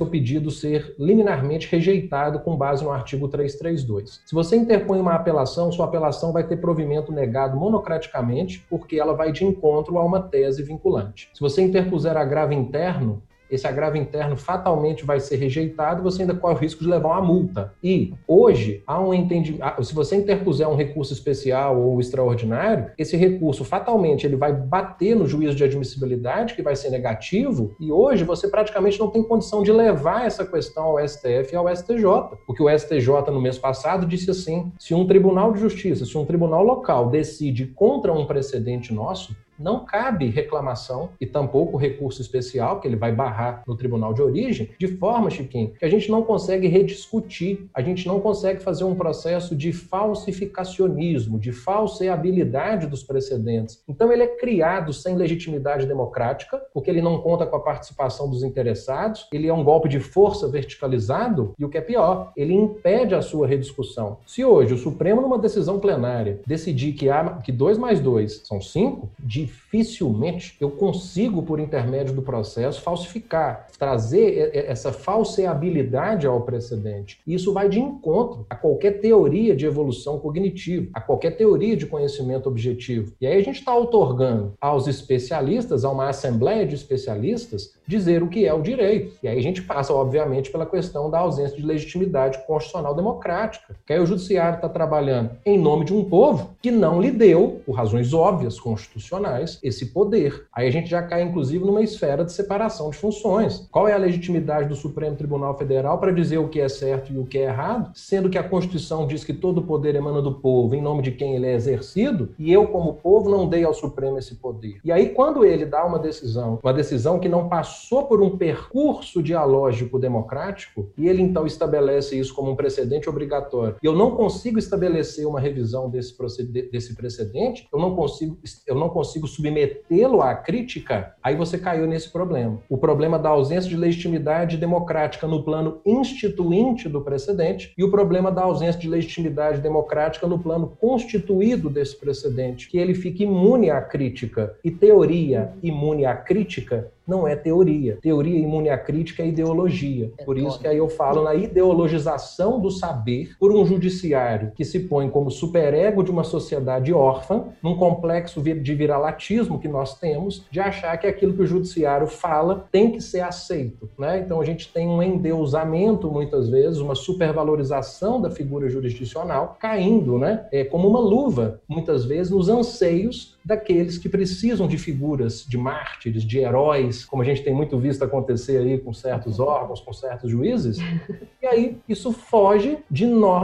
pedido ser liminarmente rejeitado com base no artigo 332. Se você interpõe uma apelação, sua apelação vai ter provimento negado monocraticamente, porque ela vai de encontro a uma tese vinculante. Se você interpuser agravo interno, esse agravo interno fatalmente vai ser rejeitado, você ainda corre o risco de levar uma multa. E hoje, há um entendimento, se você interpuser um recurso especial ou extraordinário, esse recurso fatalmente ele vai bater no juízo de admissibilidade, que vai ser negativo, e hoje você praticamente não tem condição de levar essa questão ao STF e ao STJ. Porque o STJ, no mês passado, disse assim, se um tribunal de justiça, se um tribunal local decide contra um precedente nosso, não cabe reclamação e tampouco recurso especial, que ele vai barrar no tribunal de origem, de forma, Chiquinho, que a gente não consegue rediscutir, a gente não consegue fazer um processo de falsificacionismo, de falseabilidade dos precedentes. Então ele é criado sem legitimidade democrática, porque ele não conta com a participação dos interessados, ele é um golpe de força verticalizado e o que é pior, ele impede a sua rediscussão. Se hoje o Supremo, numa decisão plenária, decidir que 2 mais 2 são 5, dificilmente eu consigo, por intermédio do processo, falsificar, trazer essa falseabilidade ao precedente. Isso vai de encontro a qualquer teoria de evolução cognitiva, a qualquer teoria de conhecimento objetivo. E aí a gente está outorgando aos especialistas, a uma assembleia de especialistas, dizer o que é o direito. E aí a gente passa, obviamente, pela questão da ausência de legitimidade constitucional democrática. Que aí o judiciário está trabalhando em nome de um povo que não lhe deu, por razões óbvias constitucionais, esse poder. Aí a gente já cai, inclusive, numa esfera de separação de funções. Qual é a legitimidade do Supremo Tribunal Federal para dizer o que é certo e o que é errado, sendo que a Constituição diz que todo o poder emana do povo, em nome de quem ele é exercido, e eu, como povo, não dei ao Supremo esse poder. E aí, quando ele dá uma decisão que não passou por um percurso dialógico democrático, e ele, então, estabelece isso como um precedente obrigatório, e eu não consigo estabelecer uma revisão desse precedente, eu não consigo submetê-lo à crítica, aí você caiu nesse problema. O problema da ausência de legitimidade democrática no plano instituinte do precedente e o problema da ausência de legitimidade democrática no plano constituído desse precedente, que ele fica imune à crítica. E teoria imune à crítica não é teoria. Teoria imune à crítica é ideologia. Por isso que aí eu falo na ideologização do saber por um judiciário que se põe como superego de uma sociedade órfã, num complexo de viralatismo que nós temos, de achar que aquilo que o judiciário fala tem que ser aceito, né? Então a gente tem um endeusamento, muitas vezes, uma supervalorização da figura jurisdicional, caindo, né? Como uma luva, muitas vezes, nos anseios daqueles que precisam de figuras, de mártires, de heróis, como a gente tem muito visto acontecer aí com certos órgãos, com certos juízes, e aí isso foge de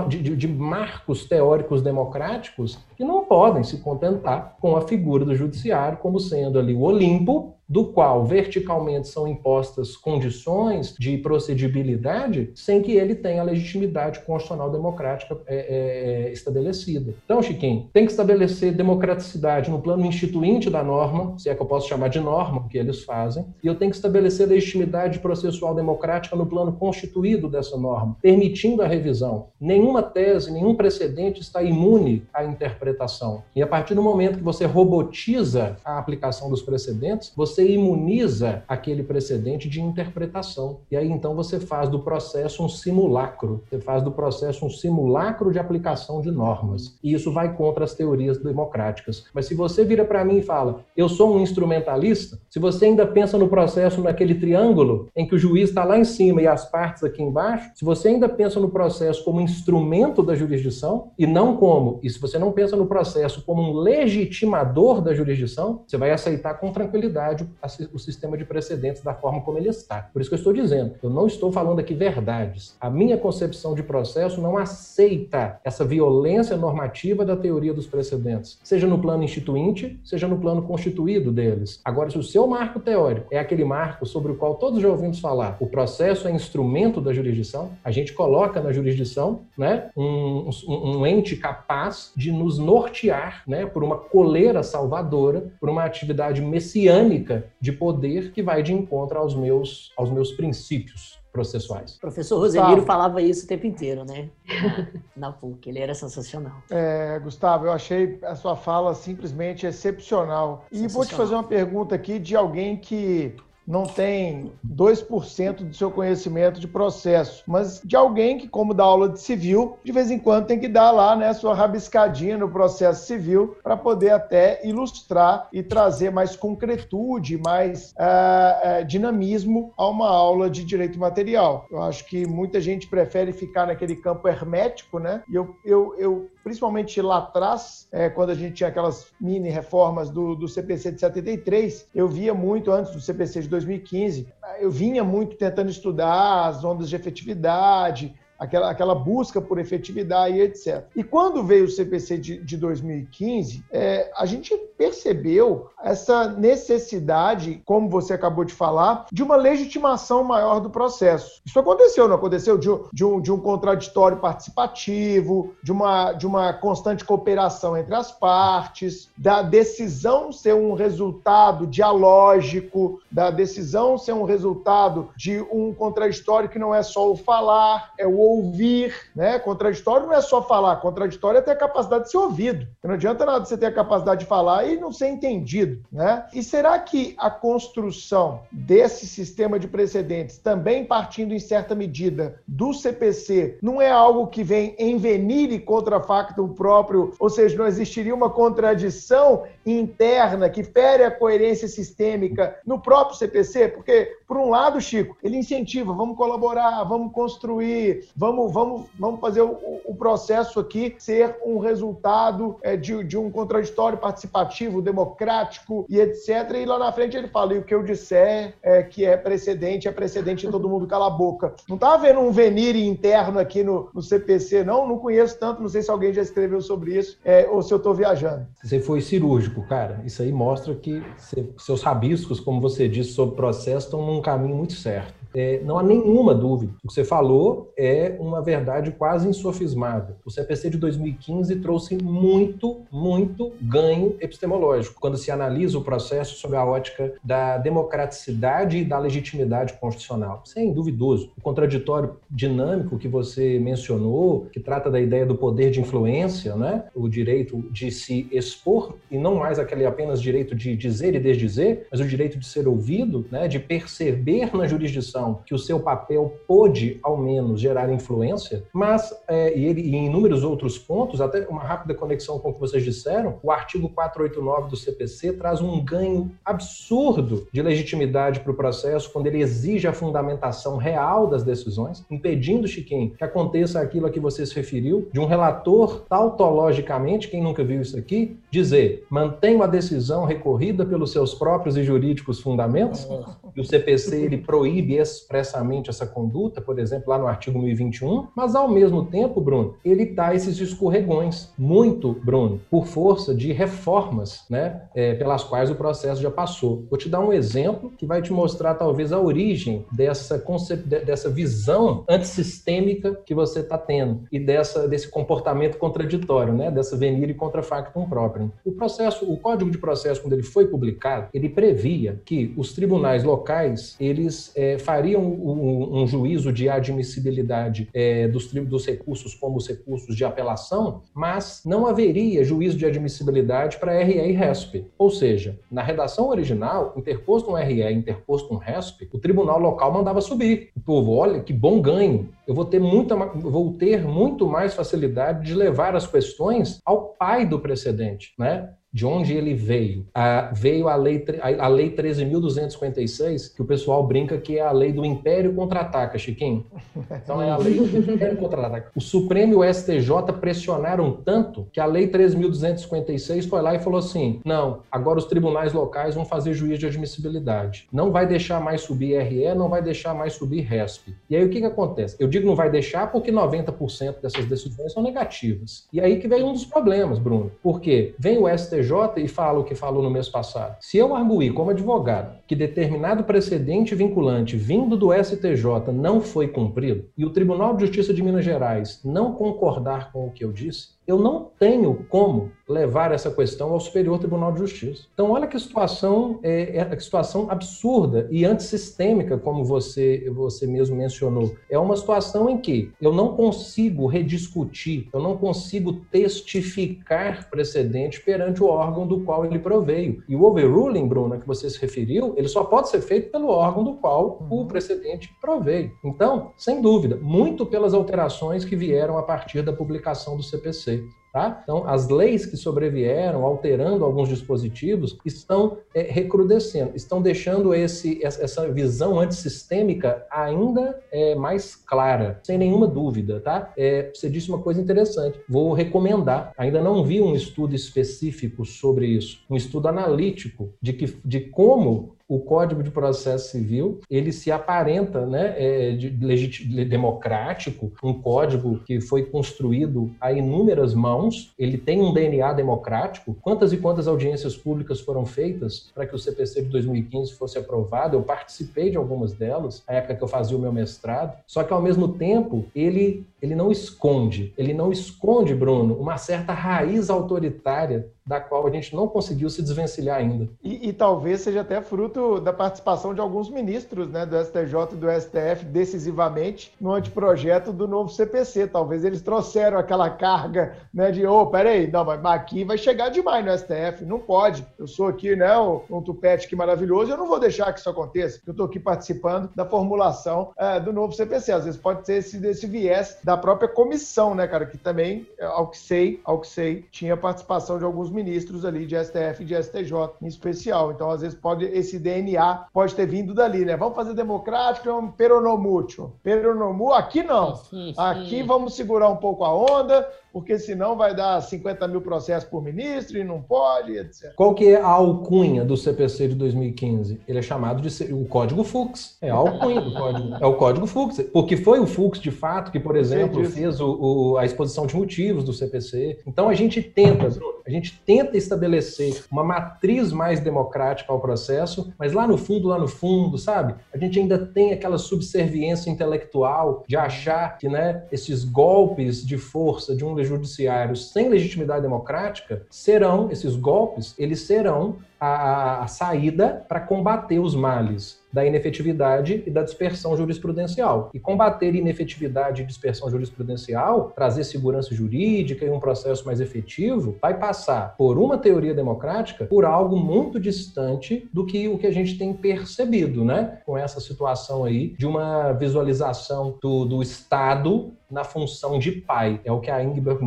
marcos teóricos democráticos que não podem se contentar com a figura do judiciário como sendo ali o Olimpo, do qual verticalmente são impostas condições de procedibilidade sem que ele tenha a legitimidade constitucional democrática estabelecida. Então, Chiquinho, tem que estabelecer democraticidade no plano instituinte da norma, se é que eu posso chamar de norma, o que eles fazem, e eu tenho que estabelecer legitimidade processual democrática no plano constituído dessa norma, permitindo a revisão. Nenhuma tese, nenhum precedente está imune à interpretação. E a partir do momento que você robotiza a aplicação dos precedentes, você imuniza aquele precedente de interpretação. E aí, então, você faz do processo um simulacro. Você faz do processo um simulacro de aplicação de normas. E isso vai contra as teorias democráticas. Mas se você vira para mim e fala, eu sou um instrumentalista, se você ainda pensa no processo naquele triângulo em que o juiz está lá em cima e as partes aqui embaixo, se você ainda pensa no processo como instrumento da jurisdição e se você não pensa no processo como um legitimador da jurisdição, você vai aceitar com tranquilidade o sistema de precedentes da forma como ele está. Por isso que eu estou dizendo, eu não estou falando aqui verdades. A minha concepção de processo não aceita essa violência normativa da teoria dos precedentes, seja no plano instituinte, seja no plano constituído deles. Agora, se o seu marco teórico é aquele marco sobre o qual todos já ouvimos falar, o processo é instrumento da jurisdição, a gente coloca na jurisdição, né, um ente capaz de nos nortear, né, por uma coleira salvadora, por uma atividade messiânica de poder que vai de encontro aos meus princípios processuais. O professor Rosemiro falava isso o tempo inteiro, né? Na PUC, ele era sensacional. Gustavo, eu achei a sua fala simplesmente excepcional. E vou te fazer uma pergunta aqui de alguém que não tem 2% do seu conhecimento de processo, mas de alguém que, como dá aula de civil, de vez em quando tem que dar lá, né, sua rabiscadinha no processo civil para poder até ilustrar e trazer mais concretude, mais dinamismo a uma aula de direito material. Eu acho que muita gente prefere ficar naquele campo hermético, né? E eu principalmente lá atrás, quando a gente tinha aquelas mini reformas do CPC de 73, eu via muito, antes do CPC de 2015, eu vinha muito tentando estudar as ondas de efetividade, aquela busca por efetividade e etc. E quando veio o CPC de 2015, a gente percebeu essa necessidade, como você acabou de falar, de uma legitimação maior do processo. Isso aconteceu, não aconteceu? De um contraditório participativo, de uma constante cooperação entre as partes, da decisão ser um resultado dialógico, da decisão ser um resultado de um contraditório que não é só o falar, é o ouvir, né? Contraditório não é só falar, contraditório é ter a capacidade de ser ouvido. Não adianta nada você ter a capacidade de falar e não ser entendido, né? E será que a construção desse sistema de precedentes, também partindo em certa medida do CPC, não é algo que vem envenir e contra factum próprio, ou seja, não existiria uma contradição interna que fere a coerência sistêmica no próprio CPC? Porque, por um lado, Chico, ele incentiva, vamos colaborar, vamos construir, vamos fazer o processo aqui ser um resultado de um contraditório participativo, democrático e etc. E lá na frente ele fala, e o que eu disser que é precedente e todo mundo cala a boca. Não está havendo um venire interno aqui no CPC, não conheço tanto, não sei se alguém já escreveu sobre isso ou se eu estou viajando. Você foi cirúrgico, cara. Isso aí mostra que seus rabiscos, como você disse, sobre o processo, estão num caminho muito certo. Não há nenhuma dúvida. O que você falou é uma verdade quase insofismável. O CPC de 2015 trouxe muito, muito ganho epistemológico, quando se analisa o processo sob a ótica da democraticidade e da legitimidade constitucional. Isso é induvidoso. O contraditório dinâmico que você mencionou, que trata da ideia do poder de influência, né? O direito de se expor, e não mais aquele apenas direito de dizer e desdizer, mas o direito de ser ouvido, né? De perceber na jurisdição que o seu papel pôde, ao menos, gerar influência, mas, e em inúmeros outros pontos, até uma rápida conexão com o que vocês disseram, o artigo 489 do CPC traz um ganho absurdo de legitimidade para o processo, quando ele exige a fundamentação real das decisões, impedindo, Chiquinho, que aconteça aquilo a que você se referiu, de um relator tautologicamente, quem nunca viu isso aqui, dizer, mantenho a decisão recorrida pelos seus próprios e jurídicos fundamentos, e o CPC ele proíbe expressamente essa conduta, por exemplo, lá no artigo 1021, mas ao mesmo tempo, Bruno, ele dá esses escorregões, muito, Bruno, por força de reformas, né, pelas quais o processo já passou. Vou te dar um exemplo que vai te mostrar talvez a origem dessa visão antissistêmica que você está tendo e desse comportamento contraditório, né, dessa venire contra factum próprio. O Código de Processo, quando ele foi publicado, ele previa que os tribunais locais, eles fariam um juízo de admissibilidade dos recursos como os recursos de apelação, mas não haveria juízo de admissibilidade para RE e RESP. Ou seja, na redação original, interposto um RE, interposto um RESP, o tribunal local mandava subir. O povo, olha, que bom ganho. Eu vou ter muito mais facilidade de levar as questões ao pai do precedente, né? De onde ele veio? Veio a lei 13.256, que o pessoal brinca que é a lei do Império Contra-Ataca, Chiquinho. Então é a lei do Império Contra-Ataca. O Supremo e o STJ pressionaram tanto que a lei 13.256 foi lá e falou assim, não, agora os tribunais locais vão fazer juízo de admissibilidade. Não vai deixar mais subir RE, não vai deixar mais subir RESP. E aí o que acontece? Eu digo não vai deixar porque 90% dessas decisões são negativas. E aí que vem um dos problemas, Bruno. Porque vem o STJ e fala o que falou no mês passado. Se eu arguir como advogado que determinado precedente vinculante vindo do STJ não foi cumprido e o Tribunal de Justiça de Minas Gerais não concordar com o que eu disse, eu não tenho como levar essa questão ao Superior Tribunal de Justiça. Então, olha que situação, que situação absurda e antissistêmica, como você mesmo mencionou. É uma situação em que eu não consigo rediscutir, eu não consigo testificar precedente perante o órgão do qual ele proveio. E o overruling, Bruna, que você se referiu, ele só pode ser feito pelo órgão do qual o precedente proveio. Então, sem dúvida, muito pelas alterações que vieram a partir da publicação do CPC. Tá? Então, as leis que sobrevieram, alterando alguns dispositivos, estão recrudescendo, estão deixando essa visão antissistêmica ainda mais clara, sem nenhuma dúvida. Tá? Você disse uma coisa interessante, vou recomendar, ainda não vi um estudo específico sobre isso, um estudo analítico de como o Código de Processo Civil, ele se aparenta, né, democrático, um código que foi construído a inúmeras mãos, ele tem um DNA democrático. Quantas e quantas audiências públicas foram feitas para que o CPC de 2015 fosse aprovado? Eu participei de algumas delas, na época que eu fazia o meu mestrado, só que ao mesmo tempo, ele não esconde, Bruno, uma certa raiz autoritária da qual a gente não conseguiu se desvencilhar ainda. E talvez seja até fruto da participação de alguns ministros, né, do STJ e do STF decisivamente no anteprojeto do novo CPC. Talvez eles trouxeram aquela carga, né, de peraí, não, mas aqui vai chegar demais no STF, não pode. Eu sou aqui, né, um tupete que maravilhoso, eu não vou deixar que isso aconteça. Eu estou aqui participando da formulação do novo CPC. Às vezes pode ser esse viés da própria comissão, né, cara, que também, ao que sei, tinha participação de alguns ministros ali de STF e de STJ em especial. Então, às vezes, esse DNA pode ter vindo dali, né? Vamos fazer democrático, é um peronomútil. Peronomú, aqui não. Aqui vamos segurar um pouco a onda, porque senão vai dar 50 mil processos por ministro e não pode, etc. Qual que é a alcunha do CPC de 2015? Ele é chamado de o Código Fux. É a alcunha do código. É o Código Fux. Porque foi o Fux, de fato, que, por exemplo, fez a exposição de motivos do CPC. Então, a gente tenta estabelecer uma matriz mais democrática ao processo, mas lá no fundo, sabe? A gente ainda tem aquela subserviência intelectual de achar que, né, esses golpes de força de um judiciário sem legitimidade democrática eles serão a saída para combater os males da inefetividade e da dispersão jurisprudencial. E combater inefetividade e dispersão jurisprudencial, trazer segurança jurídica e um processo mais efetivo, vai passar por uma teoria democrática, por algo muito distante do que o que a gente tem percebido, né? Com essa situação aí de uma visualização do Estado na função de pai. É o que a Ingeborg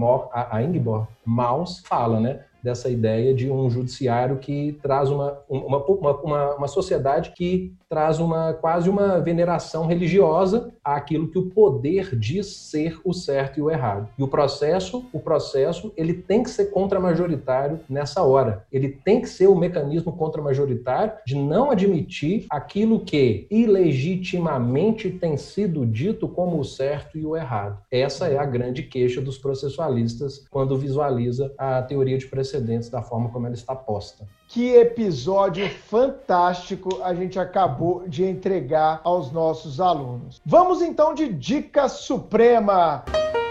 Maus fala, né? Dessa ideia de um judiciário que traz uma sociedade que traz quase uma veneração religiosa àquilo que o poder diz ser o certo e o errado. E o processo, ele tem que ser contramajoritário nessa hora. Ele tem que ser o mecanismo contramajoritário de não admitir aquilo que ilegitimamente tem sido dito como o certo e o errado. Essa é a grande queixa dos processualistas quando visualiza a teoria de precedentes da forma como ela está posta. Que episódio fantástico a gente acabou de entregar aos nossos alunos. Vamos então de Dica Suprema.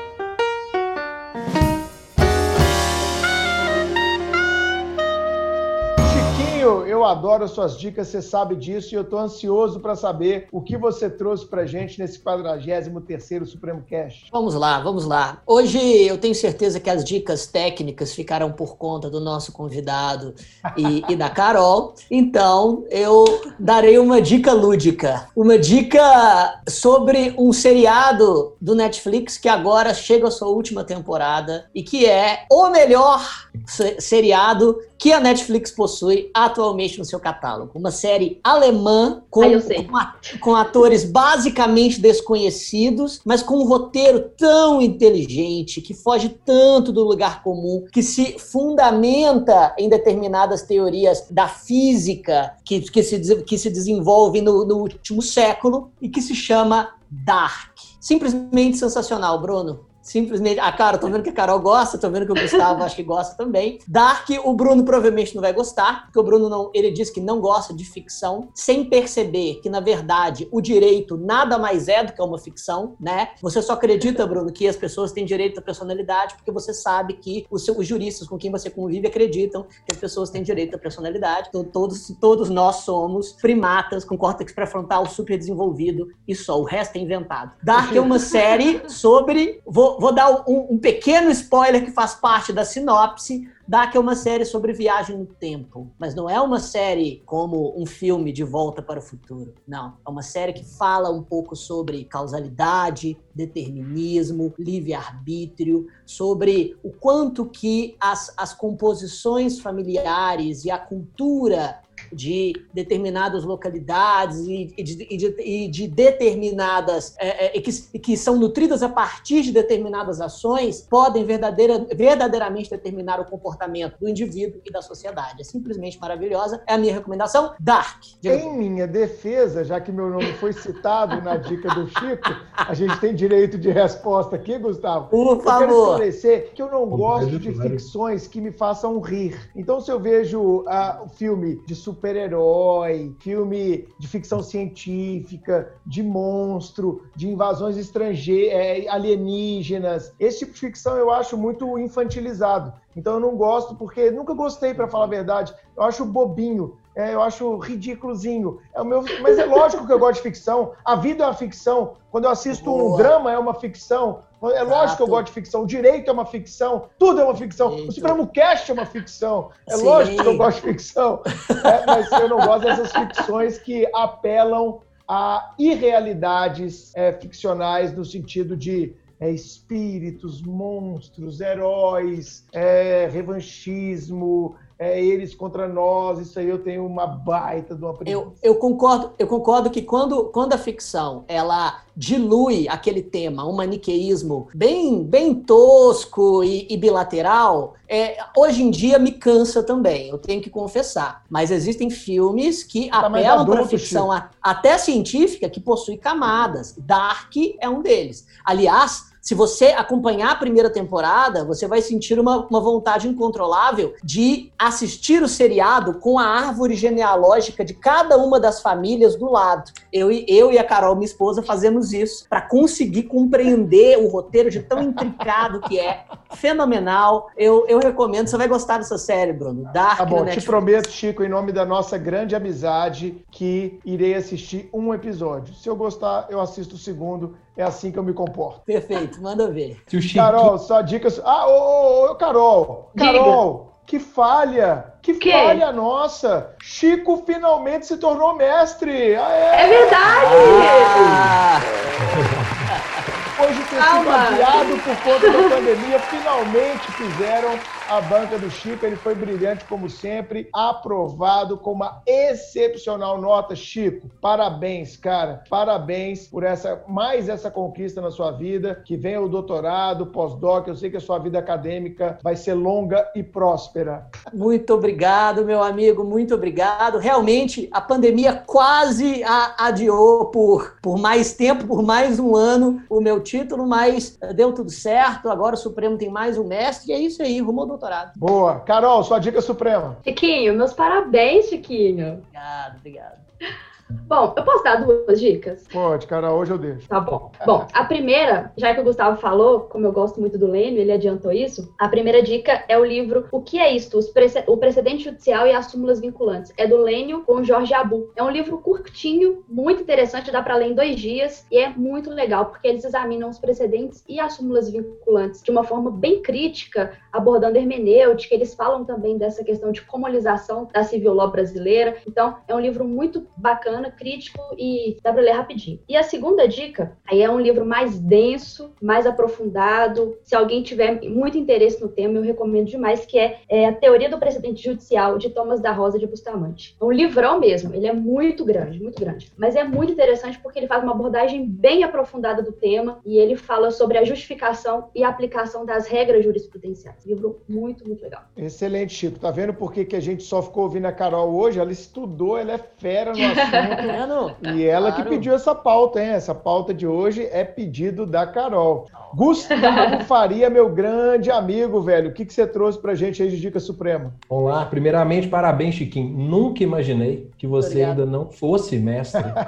Eu adoro suas dicas, você sabe disso, e eu estou ansioso para saber o que você trouxe para a gente nesse 43º Supremo Cast. Vamos lá. Hoje eu tenho certeza que as dicas técnicas ficarão por conta do nosso convidado e da Carol, então eu darei uma dica lúdica, uma dica sobre um seriado do Netflix que agora chega à sua última temporada e que é o melhor seriado que a Netflix possui atualmente no seu catálogo. Uma série alemã com atores basicamente desconhecidos, mas com um roteiro tão inteligente, que foge tanto do lugar comum, que se fundamenta em determinadas teorias da física que se desenvolvem no último século e que se chama Dark. Simplesmente sensacional, Bruno. Simplesmente, cara, tô vendo que a Carol gosta, tô vendo que o Gustavo acho que gosta também. Dark, o Bruno provavelmente não vai gostar, porque o Bruno não, ele diz que não gosta de ficção, sem perceber que, na verdade, o direito nada mais é do que uma ficção, né? Você só acredita, Bruno, que as pessoas têm direito à personalidade porque você sabe que os juristas com quem você convive acreditam que as pessoas têm direito à personalidade. Então, todos nós somos primatas com córtex pré-frontal super desenvolvido e só, o resto é inventado. Dark é uma série sobre... Vou dar um pequeno spoiler que faz parte da sinopse. Dark é uma série sobre viagem no tempo, mas não é uma série como um filme De Volta para o Futuro. Não, é uma série que fala um pouco sobre causalidade, determinismo, livre-arbítrio, sobre o quanto que as composições familiares e a cultura de determinadas localidades e de determinadas que são nutridas a partir de determinadas ações podem verdadeiramente determinar o comportamento do indivíduo e da sociedade. É simplesmente maravilhosa. É a minha recomendação, Dark. Em minha defesa, já que meu nome foi citado na dica do Chico, a gente tem direito de resposta aqui, Gustavo. Por favor. Eu quero esclarecer que eu não gosto de ficções que me façam rir. Então, se eu vejo o filme de super-herói, filme de ficção científica, de monstro, de invasões estrangeiras, alienígenas, esse tipo de ficção eu acho muito infantilizado. Então eu não gosto porque nunca gostei, para falar a verdade. Eu acho bobinho, eu acho ridículozinho. Mas é lógico que eu gosto de ficção. A vida é uma ficção. Quando eu assisto um drama é uma ficção. É lógico que eu gosto de ficção. O direito é uma ficção. Tudo é uma ficção. O Supremo Cast é uma ficção. É lógico que eu gosto de ficção. Mas eu não gosto dessas ficções que apelam a irrealidades ficcionais no sentido de espíritos, monstros, heróis, revanchismo, eles contra nós. Isso aí eu tenho uma baita de uma preguiça. Eu concordo que quando a ficção ela dilui aquele tema, um maniqueísmo bem tosco e bilateral, hoje em dia me cansa também, eu tenho que confessar. Mas existem filmes que apelam para a ficção até científica que possui camadas. Dark é um deles. Aliás, se você acompanhar a primeira temporada, você vai sentir uma vontade incontrolável de assistir o seriado com a árvore genealógica de cada uma das famílias do lado. Eu e a Carol, minha esposa, fazemos isso para conseguir compreender o roteiro de tão intricado que é. Fenomenal. Eu recomendo. Você vai gostar dessa série, Bruno. Dark. Tá bom, te prometo, Chico, em nome da nossa grande amizade, que irei assistir um episódio. Se eu gostar, eu assisto o segundo. É assim que eu me comporto. Perfeito, manda ver. Carol, só dicas. Carol! Carol, que falha! Que falha nossa! Chico finalmente se tornou mestre! Aê! É verdade! Depois de ter sido adiado por conta da pandemia, finalmente fizeram a banca do Chico. Ele foi brilhante, como sempre, aprovado com uma excepcional nota. Chico, parabéns, cara. Parabéns por mais essa conquista na sua vida. Que venha o doutorado, pós-doc. Eu sei que a sua vida acadêmica vai ser longa e próspera. Muito obrigado, meu amigo. Muito obrigado. Realmente, a pandemia quase adiou por mais tempo, por mais um ano, o meu título, mas deu tudo certo. Agora o Supremo tem mais um mestre e é isso aí, rumo ao doutorado. Boa. Carol, sua dica suprema. Chiquinho, meus parabéns, Chiquinho. Obrigado. Bom, eu posso dar 2 dicas? Pode, Carol, hoje eu deixo. Tá bom. Bom, a primeira, já que o Gustavo falou, como eu gosto muito do Lênio, ele adiantou isso, a primeira dica é o livro O que é isto? O Precedente Judicial e as Súmulas Vinculantes. É do Lênio com Jorge Abu. É um livro curtinho, muito interessante, dá para ler em 2 dias e é muito legal, porque eles examinam os precedentes e as súmulas vinculantes de uma forma bem crítica, abordando hermenêutica. Eles falam também dessa questão de comunização da civil law brasileira. Então, é um livro muito bacana, crítico e dá para ler rapidinho. E a segunda dica, aí é um livro mais denso, mais aprofundado. Se alguém tiver muito interesse no tema, eu recomendo demais, que é A Teoria do Precedente Judicial, de Thomas da Rosa de Bustamante. É um livrão mesmo, ele é muito grande, mas é muito interessante porque ele faz uma abordagem bem aprofundada do tema e ele fala sobre a justificação e a aplicação das regras jurisprudenciais. Livro muito, muito legal. Excelente, Chico. Tá vendo por que a gente só ficou ouvindo a Carol hoje? Ela estudou, ela é fera no assunto. E ela que pediu essa pauta, hein? Essa pauta de hoje é pedido da Carol. Gustavo Faria, meu grande amigo, velho. O que você trouxe pra gente aí de Dica Suprema? Vamos lá. Primeiramente, parabéns, Chiquinho. Nunca imaginei que você ainda não fosse mestre. Né?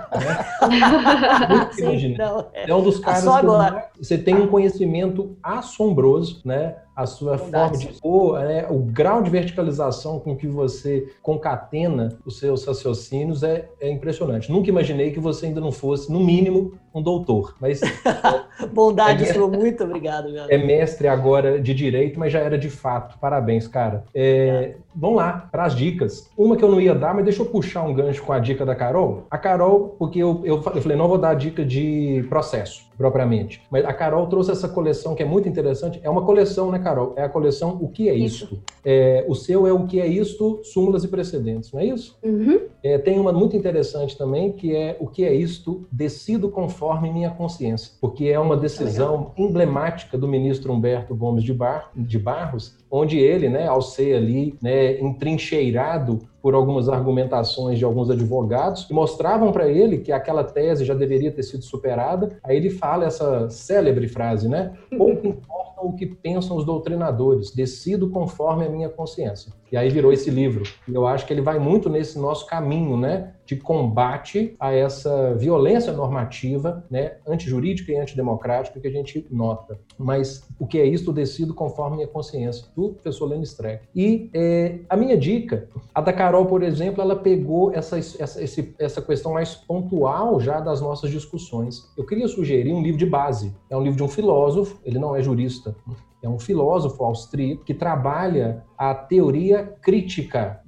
Nunca imaginei. É um dos caras que você tem um conhecimento assombroso, né? A sua forma de o grau de verticalização com que você concatena os seus raciocínios é impressionante. Nunca imaginei que você ainda não fosse, no mínimo, um doutor. Mas bondade sua, muito obrigado. Meu. É mestre agora de direito, mas já era de fato. Parabéns, cara. Vamos lá, para as dicas. Uma que eu não ia dar, mas deixa eu puxar um gancho com a dica da Carol. A Carol, porque eu falei, não vou dar dica de processo, propriamente. Mas a Carol trouxe essa coleção que é muito interessante. É uma coleção, né, Carol? É a coleção O Que É Isto? O seu é O Que É Isto? Súmulas e Precedentes, não é isso? Uhum. Tem uma muito interessante também, que é O Que É Isto? Decido conforme minha consciência. Porque é uma decisão emblemática do ministro Humberto Gomes de Barros, onde ele, né, ao ser ali, né, entrincheirado por algumas argumentações de alguns advogados que mostravam para ele que aquela tese já deveria ter sido superada, aí ele fala essa célebre frase, né? Pouco importa o que pensam os doutrinadores, decido conforme a minha consciência. E aí virou esse livro. E eu acho que ele vai muito nesse nosso caminho, né, de combate a essa violência normativa, né, antijurídica e antidemocrática que a gente nota. Mas o que é isso? Decido conforme a minha consciência. Do professor Lênin Streck. E a minha dica, a da Carol, por exemplo, ela pegou essa questão mais pontual já das nossas discussões. Eu queria sugerir um livro de base. É um livro de um filósofo, ele não é jurista, é um filósofo austríaco que trabalha a teoria crítica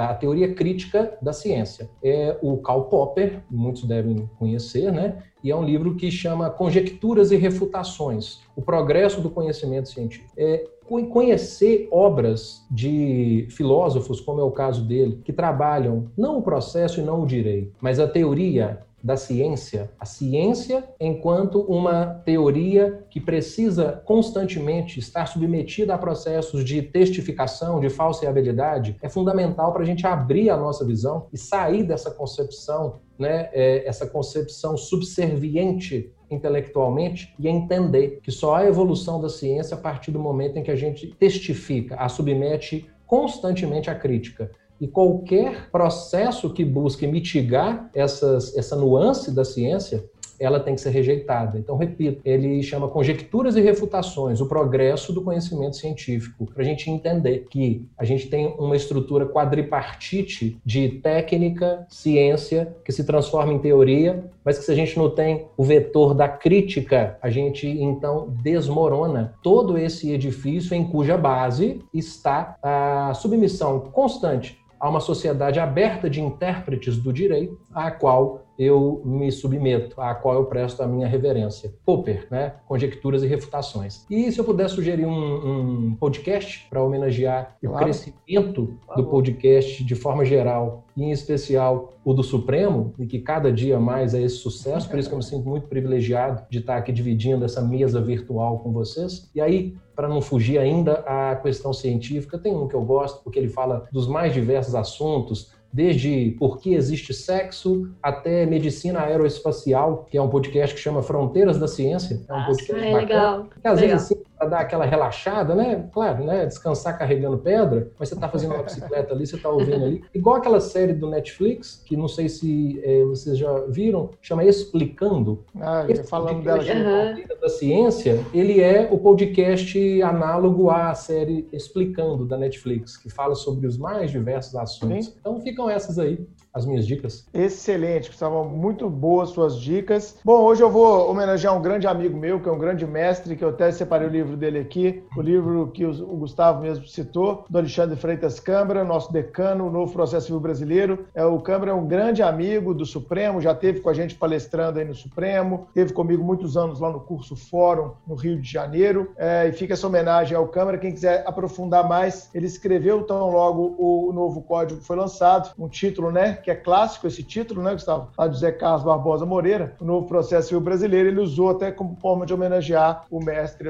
da ciência. É o Karl Popper, muitos devem conhecer, né? E é um livro que chama Conjecturas e Refutações, o progresso do conhecimento científico. Conhecer obras de filósofos, como é o caso dele, que trabalham não o processo e não o direito, mas a teoria da ciência, a ciência enquanto uma teoria que precisa constantemente estar submetida a processos de testificação, de falseabilidade, é fundamental para a gente abrir a nossa visão e sair dessa concepção, né, essa concepção subserviente intelectualmente e entender que só há evolução da ciência a partir do momento em que a gente testifica, a submete constantemente à crítica. E qualquer processo que busque mitigar essa nuance da ciência, ela tem que ser rejeitada. Então, repito, ele chama Conjecturas e Refutações, o progresso do conhecimento científico, para a gente entender que a gente tem uma estrutura quadripartite de técnica, ciência, que se transforma em teoria, mas que se a gente não tem o vetor da crítica, a gente, então, desmorona todo esse edifício em cuja base está a submissão constante a uma sociedade aberta de intérpretes do direito, à qual eu me submeto, à qual eu presto a minha reverência. Popper, né? Conjecturas e Refutações. E se eu puder sugerir um podcast para homenagear o crescimento do podcast de forma geral, e em especial o do Supremo, e que cada dia mais é esse sucesso, por isso que eu me sinto muito privilegiado de estar aqui dividindo essa mesa virtual com vocês. E aí, para não fugir ainda à questão científica, tem um que eu gosto, porque ele fala dos mais diversos assuntos, desde por que existe sexo até medicina aeroespacial, que é um podcast que chama Fronteiras da Ciência. É um podcast bacana. Legal. Que às vezes assim, para dar aquela relaxada, né? Claro, né? Descansar carregando pedra, mas você está fazendo uma bicicleta ali, você está ouvindo ali. Igual aquela série do Netflix, que não sei se vocês já viram, chama Explicando. Falando dela aqui. Da ciência, ele é o podcast análogo à série Explicando, da Netflix, que fala sobre os mais diversos assuntos. Sim. Então ficam essas aí, as minhas dicas. Excelente, Gustavo, muito boas suas dicas. Bom, hoje eu vou homenagear um grande amigo meu, que é um grande mestre, que eu até separei o livro dele aqui, o livro que o Gustavo mesmo citou, do Alexandre Freitas Câmara, nosso decano, o novo processo civil brasileiro. O Câmara é um grande amigo do Supremo, já esteve com a gente palestrando aí no Supremo, esteve comigo muitos anos lá no curso Fórum, no Rio de Janeiro, e fica essa homenagem ao Câmara. Quem quiser aprofundar mais, ele escreveu tão logo o novo código foi lançado, um título, né, que é clássico esse título, né, Gustavo? Lá do José Carlos Barbosa Moreira, o novo processo civil brasileiro, ele usou até como forma de homenagear o mestre lá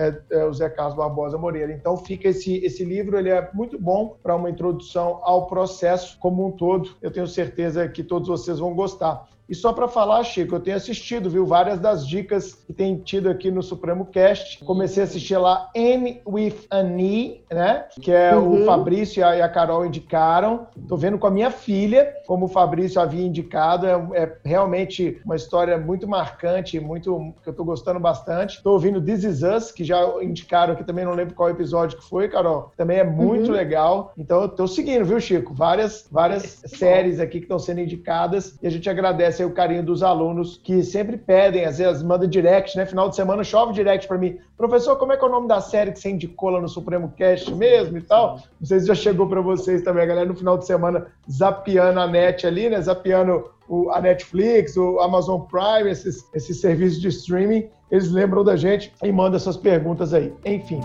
o Zé Carlos Barbosa Moreira. Então fica esse livro, ele é muito bom para uma introdução ao processo como um todo. Eu tenho certeza que todos vocês vão gostar. E só para falar, Chico, eu tenho assistido, viu, várias das dicas que tem tido aqui no Supremo Cast. Comecei a assistir lá Anne with Annie, né? Que é o Fabrício e a Carol indicaram. Tô vendo com a minha filha, como o Fabrício havia indicado. É realmente uma história muito marcante, que eu tô gostando bastante. Tô ouvindo This Is Us, que já indicaram aqui também, não lembro qual episódio que foi, Carol. Também é muito legal. Então eu tô seguindo, viu, Chico? Várias séries aqui que estão sendo indicadas e a gente agradece o carinho dos alunos que sempre pedem, às vezes mandam direct, né? Final de semana chove direct para mim. Professor, como é que é o nome da série que você indicou lá no Supremo Cast mesmo e tal? Não sei se já chegou para vocês também, a galera no final de semana zapeando a net ali, né? Zapeando a Netflix, o Amazon Prime, esses serviços de streaming, eles lembram da gente e mandam essas perguntas aí. Enfim.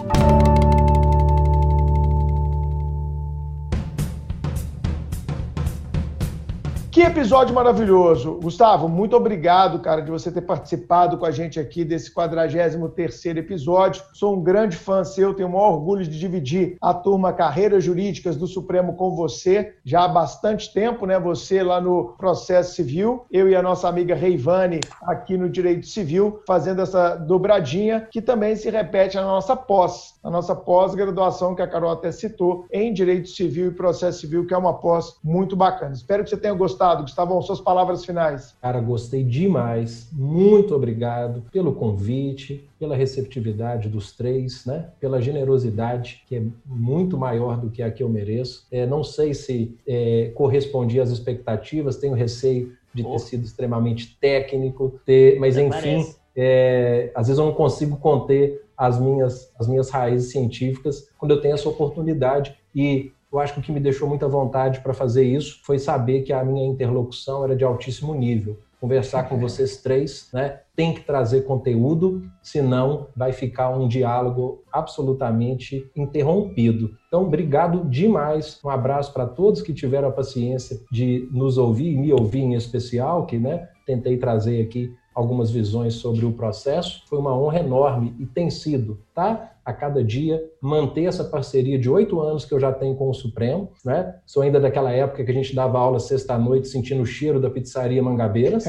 Que episódio maravilhoso. Gustavo, muito obrigado, cara, de você ter participado com a gente aqui desse 43º episódio. Sou um grande fã seu, tenho o maior orgulho de dividir a turma Carreiras Jurídicas do Supremo com você, já há bastante tempo, né? Você lá no Processo Civil, eu e a nossa amiga Reivane aqui no Direito Civil, fazendo essa dobradinha, que também se repete na nossa pós-graduação, que a Carol até citou, em Direito Civil e Processo Civil, que é uma pós muito bacana. Espero que você tenha gostado. Gustavo, suas palavras finais. Cara, gostei demais. Muito obrigado pelo convite, pela receptividade dos três, né? Pela generosidade, que é muito maior do que a que eu mereço. Não sei se correspondi às expectativas, tenho receio de ter sido extremamente técnico, mas enfim, às vezes eu não consigo conter as minhas raízes científicas quando eu tenho essa oportunidade. E eu acho que o que me deixou muita vontade para fazer isso foi saber que a minha interlocução era de altíssimo nível. Conversar com vocês três, né? Tem que trazer conteúdo, senão vai ficar um diálogo absolutamente interrompido. Então, obrigado demais. Um abraço para todos que tiveram a paciência de nos ouvir, e me ouvir em especial, que, né, tentei trazer aqui algumas visões sobre o processo. Foi uma honra enorme e tem sido, tá? A cada dia, manter essa parceria de 8 anos que eu já tenho com o Supremo, né? Sou ainda daquela época que a gente dava aula sexta-noite sentindo o cheiro da pizzaria Mangabeiras.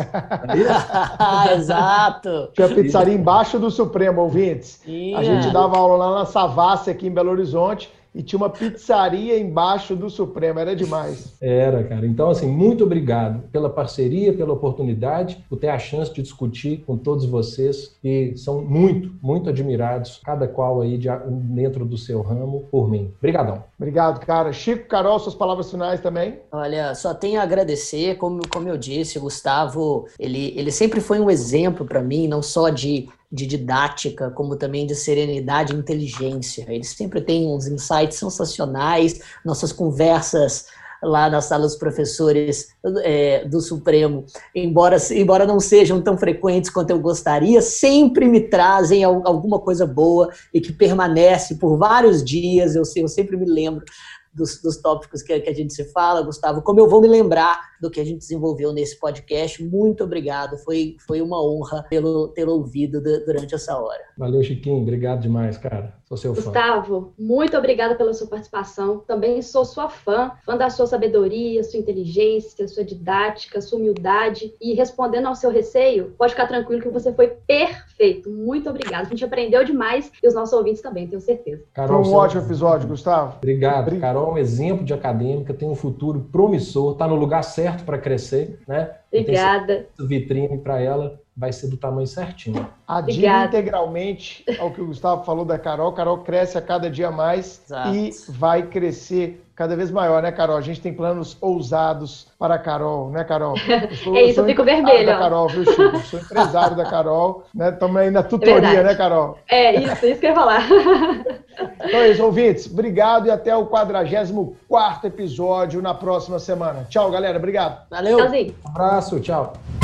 Exato! Tinha a pizzaria embaixo do Supremo, ouvintes. A gente dava aula lá na Savassi, aqui em Belo Horizonte, e tinha uma pizzaria embaixo do Supremo, era demais. Era, cara. Então, assim, muito obrigado pela parceria, pela oportunidade, por ter a chance de discutir com todos vocês, que são muito, muito admirados, cada qual aí dentro do seu ramo, por mim. Obrigadão. Obrigado, cara. Chico, Carol, suas palavras finais também? Olha, só tenho a agradecer, como eu disse, o Gustavo, ele sempre foi um exemplo para mim, não só de didática, como também de serenidade e inteligência. Ele sempre tem uns insights sensacionais, nossas conversas lá na sala dos professores do Supremo, embora não sejam tão frequentes quanto eu gostaria, sempre me trazem alguma coisa boa e que permanece por vários dias. Eu sempre me lembro dos tópicos que a gente se fala, Gustavo, como eu vou me lembrar do que a gente desenvolveu nesse podcast. Muito obrigado, foi uma honra tê-lo ouvido durante essa hora. Valeu, Chiquinho, obrigado demais, cara. Sou seu fã. Gustavo, muito obrigada pela sua participação. Também sou sua fã da sua sabedoria, sua inteligência, sua didática, sua humildade. E respondendo ao seu receio, pode ficar tranquilo que você foi perfeito. Muito obrigada. A gente aprendeu demais e os nossos ouvintes também, tenho certeza. Carol, foi um ótimo episódio, Gustavo. Obrigado. Carol é um exemplo de acadêmica, tem um futuro promissor, está no lugar certo para crescer, né? Obrigada. Vitrine para ela vai ser do tamanho certinho. Adira integralmente ao que o Gustavo falou da Carol. Carol cresce a cada dia mais. Exato. E vai crescer cada vez maior, né, Carol? A gente tem planos ousados para a Carol, né, Carol? Eu fico vermelho. Da Carol, viu, Chico? Sou empresário da Carol, né? Estamos aí na tutoria, né, Carol? Isso que eu ia falar. Então é isso, ouvintes. Obrigado e até o 44º episódio na próxima semana. Tchau, galera. Obrigado. Valeu. Tchauzinho. Um abraço, tchau.